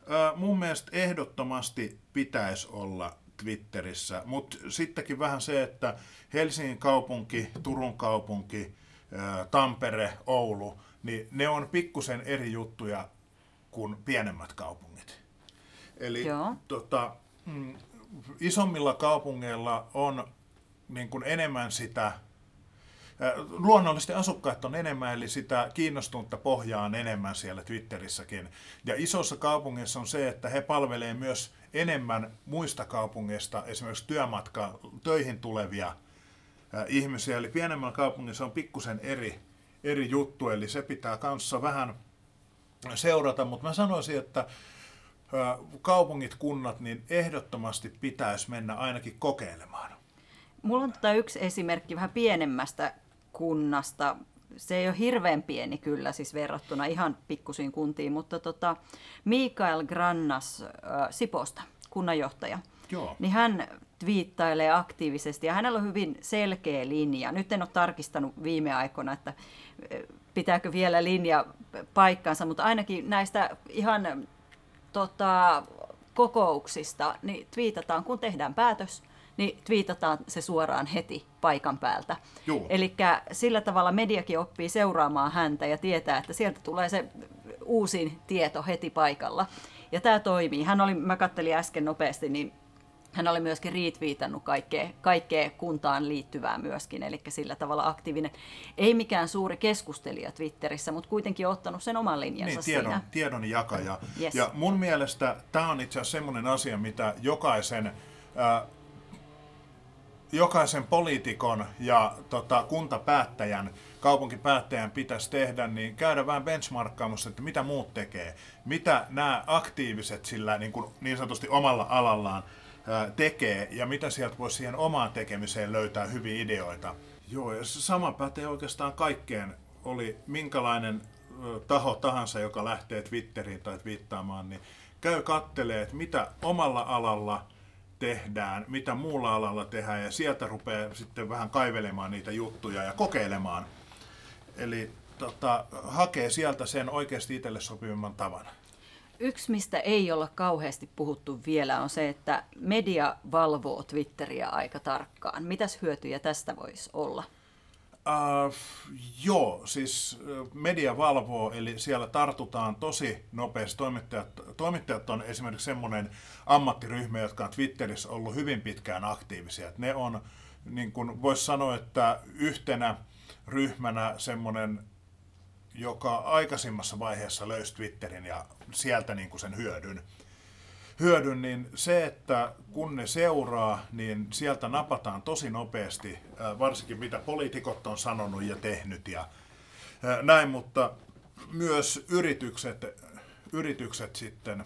Speaker 2: Äh, mun mielestä ehdottomasti pitäisi olla Twitterissä, mutta sittenkin vähän se, että Helsingin kaupunki, Turun kaupunki, äh, Tampere, Oulu, niin ne on pikkusen eri juttuja kuin pienemmät kaupungit. Eli tota, mm, isommilla kaupungeilla on niin kuin enemmän sitä, luonnollisesti asukkaat on enemmän, eli sitä kiinnostunutta pohjaa on enemmän siellä Twitterissäkin. Ja isossa kaupungissa on se, että he palvelee myös enemmän muista kaupungeista, esimerkiksi työmatka töihin tulevia ihmisiä. Eli pienemmällä kaupungissa on pikkusen eri, eri juttu, eli se pitää kanssa vähän seurata. Mutta mä sanoisin, että kaupungit, kunnat, niin ehdottomasti pitäisi mennä ainakin kokeilemaan.
Speaker 1: Mulla on tota yksi esimerkki vähän pienemmästä kunnasta. Se ei ole hirveän pieni kyllä, siis verrattuna ihan pikkusiin kuntiin, mutta tota, Mikael Grannas äh, Siposta, kunnanjohtaja,
Speaker 2: Joo.
Speaker 1: niin hän twiittailee aktiivisesti ja hänellä on hyvin selkeä linja. Nyt en ole tarkistanut viime aikoina, että pitääkö vielä linja paikkansa, mutta ainakin näistä ihan tota, kokouksista niin twiitataan, kun tehdään päätös, niin twiitataan se suoraan heti paikan päältä. Eli sillä tavalla mediakin oppii seuraamaan häntä ja tietää, että sieltä tulee se uusin tieto heti paikalla. Ja tämä toimii. Hän oli, mä kattelin äsken nopeasti, niin hän oli myöskin retweetannut kaikkea, kaikkea kuntaan liittyvää myöskin, eli sillä tavalla aktiivinen. Ei mikään suuri keskustelija Twitterissä, mutta kuitenkin ottanut sen oman linjansa
Speaker 2: niin, tiedon,
Speaker 1: siinä.
Speaker 2: tiedon jakaja.
Speaker 1: Yes.
Speaker 2: Ja mun mielestä tämä on itse asiassa semmoinen asia, mitä jokaisen... Äh, Jokaisen poliitikon ja tota, kuntapäättäjän, kaupunkipäättäjän pitäisi tehdä, niin käydä vähän benchmarkkaamassa, että mitä muut tekee. Mitä nämä aktiiviset sillä niin, kuin, niin sanotusti omalla alallaan ää, tekee ja mitä sieltä voisi siihen omaan tekemiseen löytää hyviä ideoita. Joo, ja sama pätee oikeastaan kaikkeen. Oli minkälainen ö, taho tahansa, joka lähtee Twitteriin tai twiittaamaan, niin käy kattelee, että mitä omalla alalla tehdään, mitä muulla alalla tehdään ja sieltä rupeaa sitten vähän kaivelemaan niitä juttuja ja kokeilemaan. Eli tota, hakee sieltä sen oikeasti itselle sopivimman tavan.
Speaker 1: Yksi, mistä ei olla kauheasti puhuttu vielä, on se, että media valvoo Twitteriä aika tarkkaan. Mitäs hyötyjä tästä voisi olla?
Speaker 2: Uh, joo, siis media valvoo, eli siellä tartutaan tosi nopeasti. Toimittajat, toimittajat on esimerkiksi semmoinen ammattiryhmä, jotka on Twitterissä ollut hyvin pitkään aktiivisia. Ne on, niin kuin voisi sanoa, että yhtenä ryhmänä semmoinen, joka aikaisemmassa vaiheessa löysi Twitterin ja sieltä niin kuin sen hyödyn. hyödyn, niin se, että kun ne seuraa, niin sieltä napataan tosi nopeasti, varsinkin mitä poliitikot on sanonut ja tehnyt ja näin, mutta myös yritykset, yritykset sitten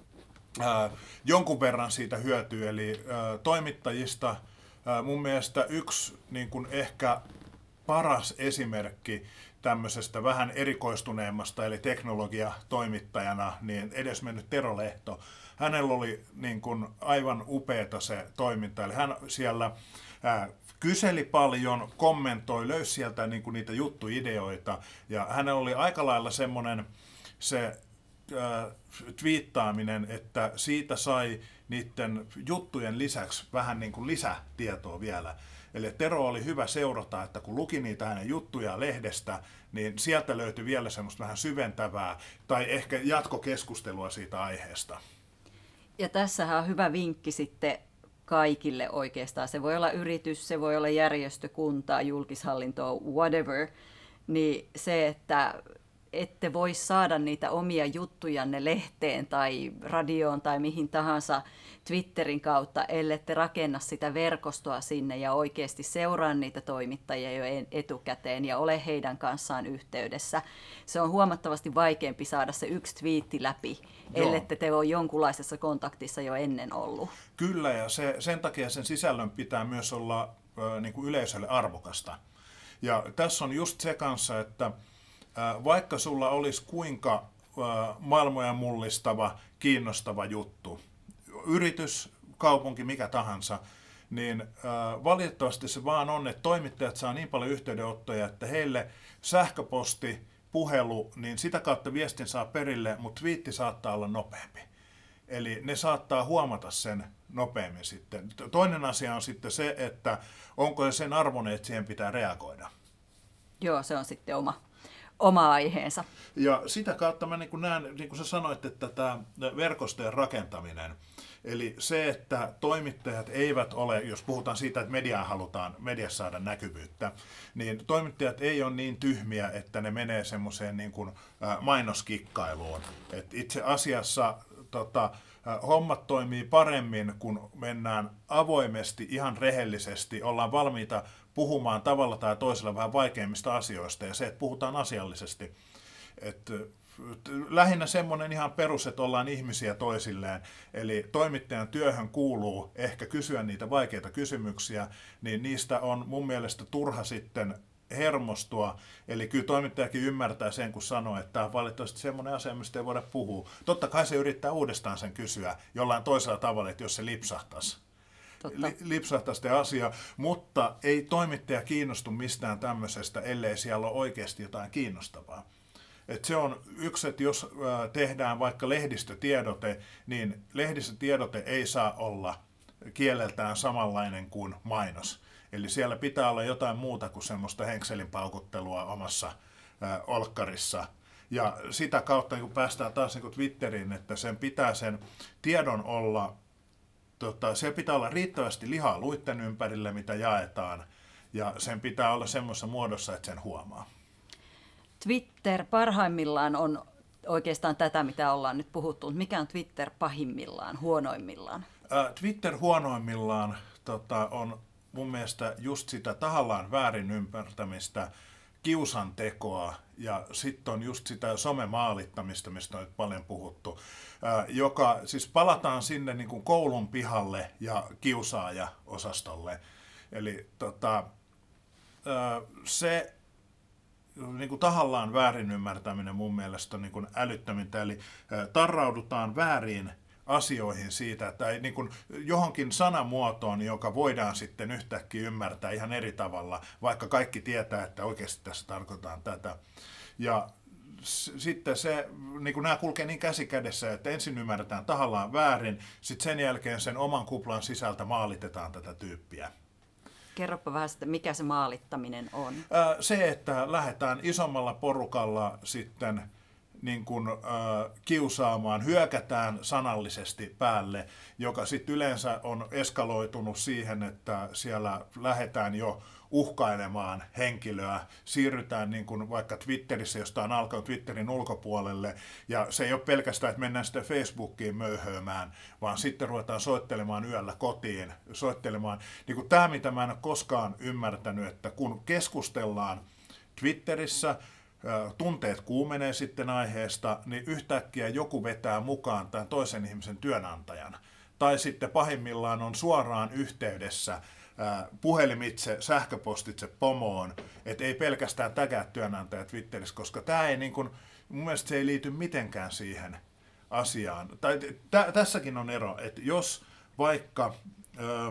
Speaker 2: ää, jonkun verran siitä hyötyy, eli ää, toimittajista ää, mun mielestä yksi niin kuin ehkä paras esimerkki tämmöisestä vähän erikoistuneemmasta, eli teknologiatoimittajana, niin edesmennyt Tero Lehto. Hänellä oli niin kuin aivan upeata se toiminta, eli hän siellä ää, kyseli paljon, kommentoi, löysi sieltä niin kuin niitä juttuideoita, ja hänellä oli aika lailla semmoinen se ää, twiittaaminen, että siitä sai niiden juttujen lisäksi vähän niin kuin lisätietoa vielä. Eli Tero oli hyvä seurata, että kun luki niitä hänen juttuja lehdestä, niin sieltä löytyi vielä semmoista vähän syventävää tai ehkä jatkokeskustelua siitä aiheesta.
Speaker 1: Ja tässähän on hyvä vinkki sitten kaikille oikeastaan. Se voi olla yritys, se voi olla järjestö, kunta, julkishallinto, whatever. Niin se, että ette voi saada niitä omia juttujanne lehteen tai radioon tai mihin tahansa Twitterin kautta, ellette rakenna sitä verkostoa sinne ja oikeasti seuraa niitä toimittajia jo etukäteen ja ole heidän kanssaan yhteydessä. Se on huomattavasti vaikeampi saada se yksi twiitti läpi, Joo. ellette te ole jonkunlaisessa kontaktissa jo ennen ollut.
Speaker 2: Kyllä, ja se, sen takia sen sisällön pitää myös olla ö, niin kuin yleisölle arvokasta. Ja tässä on just se kanssa, että vaikka sulla olisi kuinka maailmoja mullistava, kiinnostava juttu, yritys, kaupunki, mikä tahansa, niin valitettavasti se vaan on, että toimittajat saa niin paljon yhteydenottoja, että heille sähköposti, puhelu, niin sitä kautta viestin saa perille, mutta twiitti saattaa olla nopeampi. Eli ne saattaa huomata sen nopeammin sitten. Toinen asia on sitten se, että onko se sen arvoinen, että siihen pitää reagoida.
Speaker 1: Joo, se on sitten oma, oma aiheensa.
Speaker 2: Ja sitä kautta mä niin kuin näen, niin kuin sä sanoit, että tämä verkostojen rakentaminen, eli se, että toimittajat eivät ole, jos puhutaan siitä, että mediaa halutaan mediassa saada näkyvyyttä, niin toimittajat ei ole niin tyhmiä, että ne menee semmoiseen niin kuin mainoskikkailuun. Et itse asiassa tota, hommat toimii paremmin, kun mennään avoimesti, ihan rehellisesti, ollaan valmiita puhumaan tavalla tai toisella vähän vaikeimmista asioista ja se, että puhutaan asiallisesti. Et, lähinnä semmoinen ihan perus, että ollaan ihmisiä toisilleen, eli toimittajan työhön kuuluu ehkä kysyä niitä vaikeita kysymyksiä, niin niistä on mun mielestä turha sitten hermostua, eli kyllä toimittajakin ymmärtää sen, kun sanoo, että tämä on valitettavasti semmoinen asia, mistä ei voida puhua. Totta kai se yrittää uudestaan sen kysyä jollain toisella tavalla, että jos se lipsahtaisi. Li, lipsahtaisi te asia, mutta ei toimittaja kiinnostu mistään tämmöisestä, ellei siellä ole oikeasti jotain kiinnostavaa. Et se on yksi, että jos tehdään vaikka lehdistötiedote, niin lehdistötiedote ei saa olla kieleltään samanlainen kuin mainos. Eli siellä pitää olla jotain muuta kuin semmoista henkselin paukuttelua omassa ää, olkkarissa. Ja sitä kautta niin kun päästään taas niin kun Twitteriin, että sen pitää sen tiedon olla, tota, se pitää olla riittävästi lihaa luitten ympärille, mitä jaetaan. Ja sen pitää olla semmoisessa muodossa, että sen huomaa.
Speaker 1: Twitter parhaimmillaan on oikeastaan tätä, mitä ollaan nyt puhuttu. Mikä on Twitter pahimmillaan, huonoimmillaan?
Speaker 2: Ää, Twitter huonoimmillaan tota, on mun mielestä just sitä tahallaan väärin ymmärtämistä, kiusantekoa ja sitten on just sitä somemaalittamista, mistä on nyt paljon puhuttu, ää, joka siis palataan sinne niin kuin koulun pihalle ja kiusaaja-osastolle. Eli tota, ää, se niin kuin tahallaan väärin ymmärtäminen mun mielestä on niin kuin älyttömintä, eli ää, tarraudutaan väärin asioihin siitä, tai niin kuin johonkin sanamuotoon, joka voidaan sitten yhtäkkiä ymmärtää ihan eri tavalla, vaikka kaikki tietää, että oikeasti tässä tarkoitetaan tätä. Ja s- sitten se, niin kuin nämä kulkee niin käsi kädessä, että ensin ymmärretään tahallaan väärin, sitten sen jälkeen sen oman kuplan sisältä maalitetaan tätä tyyppiä.
Speaker 1: Kerropa vähän sitä, mikä se maalittaminen on.
Speaker 2: Ää, se, että lähdetään isommalla porukalla sitten niin kuin, äh, kiusaamaan, hyökätään sanallisesti päälle, joka sitten yleensä on eskaloitunut siihen, että siellä lähdetään jo uhkailemaan henkilöä, siirrytään niin kuin vaikka Twitterissä, josta on alkanut Twitterin ulkopuolelle, ja se ei ole pelkästään, että mennään sitten Facebookiin möyhöömään, vaan sitten ruvetaan soittelemaan yöllä kotiin, soittelemaan. Niin kuin tämä, mitä mä en ole koskaan ymmärtänyt, että kun keskustellaan Twitterissä, tunteet kuumenee sitten aiheesta, niin yhtäkkiä joku vetää mukaan tämän toisen ihmisen työnantajan. Tai sitten pahimmillaan on suoraan yhteydessä puhelimitse, sähköpostitse pomoon, että ei pelkästään tägää työnantaja Twitterissä, koska tämä ei niin kuin, mun mielestä se ei liity mitenkään siihen asiaan. Tai t- tässäkin on ero, että jos vaikka ö,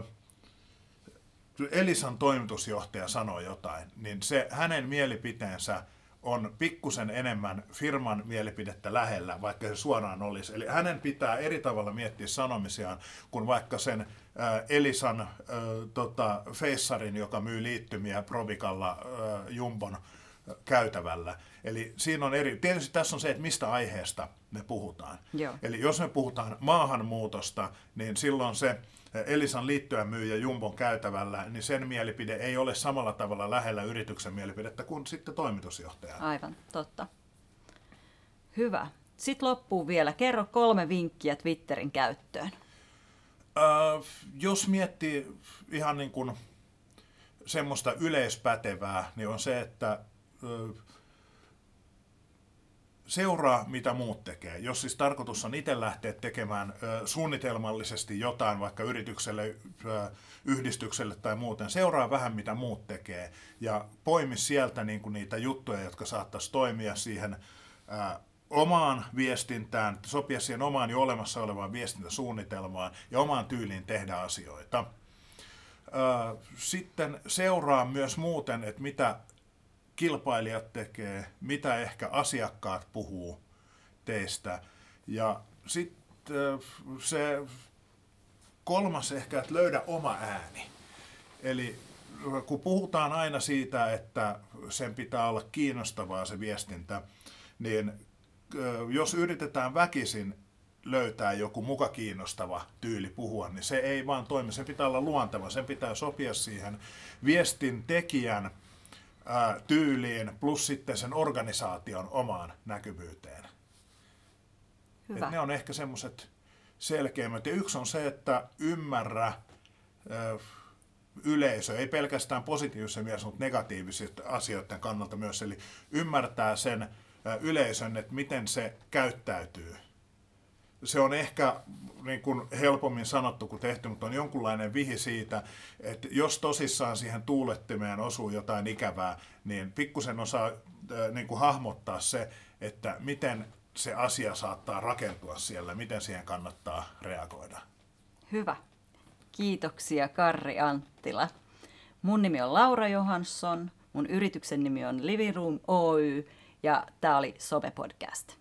Speaker 2: Elisan toimitusjohtaja sanoo jotain, niin se hänen mielipiteensä on pikkusen enemmän firman mielipidettä lähellä, vaikka se suoraan olisi. Eli hänen pitää eri tavalla miettiä sanomisiaan kuin vaikka sen äh, Elisan äh, tota, feissarin, joka myy liittymiä Provikalla äh, Jumbon äh, käytävällä. Eli siinä on eri, tietysti tässä on se, että mistä aiheesta me puhutaan.
Speaker 1: Joo.
Speaker 2: Eli jos me puhutaan maahanmuutosta, niin silloin se Elisan liittyen myyjä Jumbon käytävällä, niin sen mielipide ei ole samalla tavalla lähellä yrityksen mielipidettä kuin sitten toimitusjohtaja.
Speaker 1: Aivan, totta. Hyvä. Sitten loppuun vielä. Kerro kolme vinkkiä Twitterin käyttöön.
Speaker 2: Äh, jos miettii ihan niin kuin semmoista yleispätevää, niin on se, että äh, seuraa, mitä muut tekee. Jos siis tarkoitus on itse lähteä tekemään ö, suunnitelmallisesti jotain, vaikka yritykselle, ö, yhdistykselle tai muuten, seuraa vähän, mitä muut tekee. Ja poimi sieltä niin kuin niitä juttuja, jotka saattaisi toimia siihen ö, omaan viestintään, sopia siihen omaan jo olemassa olevaan viestintäsuunnitelmaan ja omaan tyyliin tehdä asioita. Ö, sitten seuraa myös muuten, että mitä kilpailijat tekee, mitä ehkä asiakkaat puhuu teistä. Ja sitten se kolmas ehkä, että löydä oma ääni. Eli kun puhutaan aina siitä, että sen pitää olla kiinnostavaa se viestintä, niin jos yritetään väkisin löytää joku muka kiinnostava tyyli puhua, niin se ei vaan toimi. Se pitää olla luonteva, sen pitää sopia siihen viestin tekijän ää, tyyliin plus sitten sen organisaation omaan näkyvyyteen.
Speaker 1: Hyvä.
Speaker 2: Et ne on ehkä semmoiset selkeimmät. Ja yksi on se, että ymmärrä ää, yleisö, ei pelkästään positiivisen mielessä, mutta negatiivisten asioiden kannalta myös. Eli ymmärtää sen ää, yleisön, että miten se käyttäytyy. Se on ehkä niin kuin helpommin sanottu kuin tehty, mutta on jonkunlainen vihi siitä, että jos tosissaan siihen tuulettimeen osuu jotain ikävää, niin pikkusen osaa niin kuin hahmottaa se, että miten se asia saattaa rakentua siellä, miten siihen kannattaa reagoida.
Speaker 1: Hyvä. Kiitoksia Karri Anttila. Mun nimi on Laura Johansson, mun yrityksen nimi on Living Room Oy ja tää oli Some Podcast.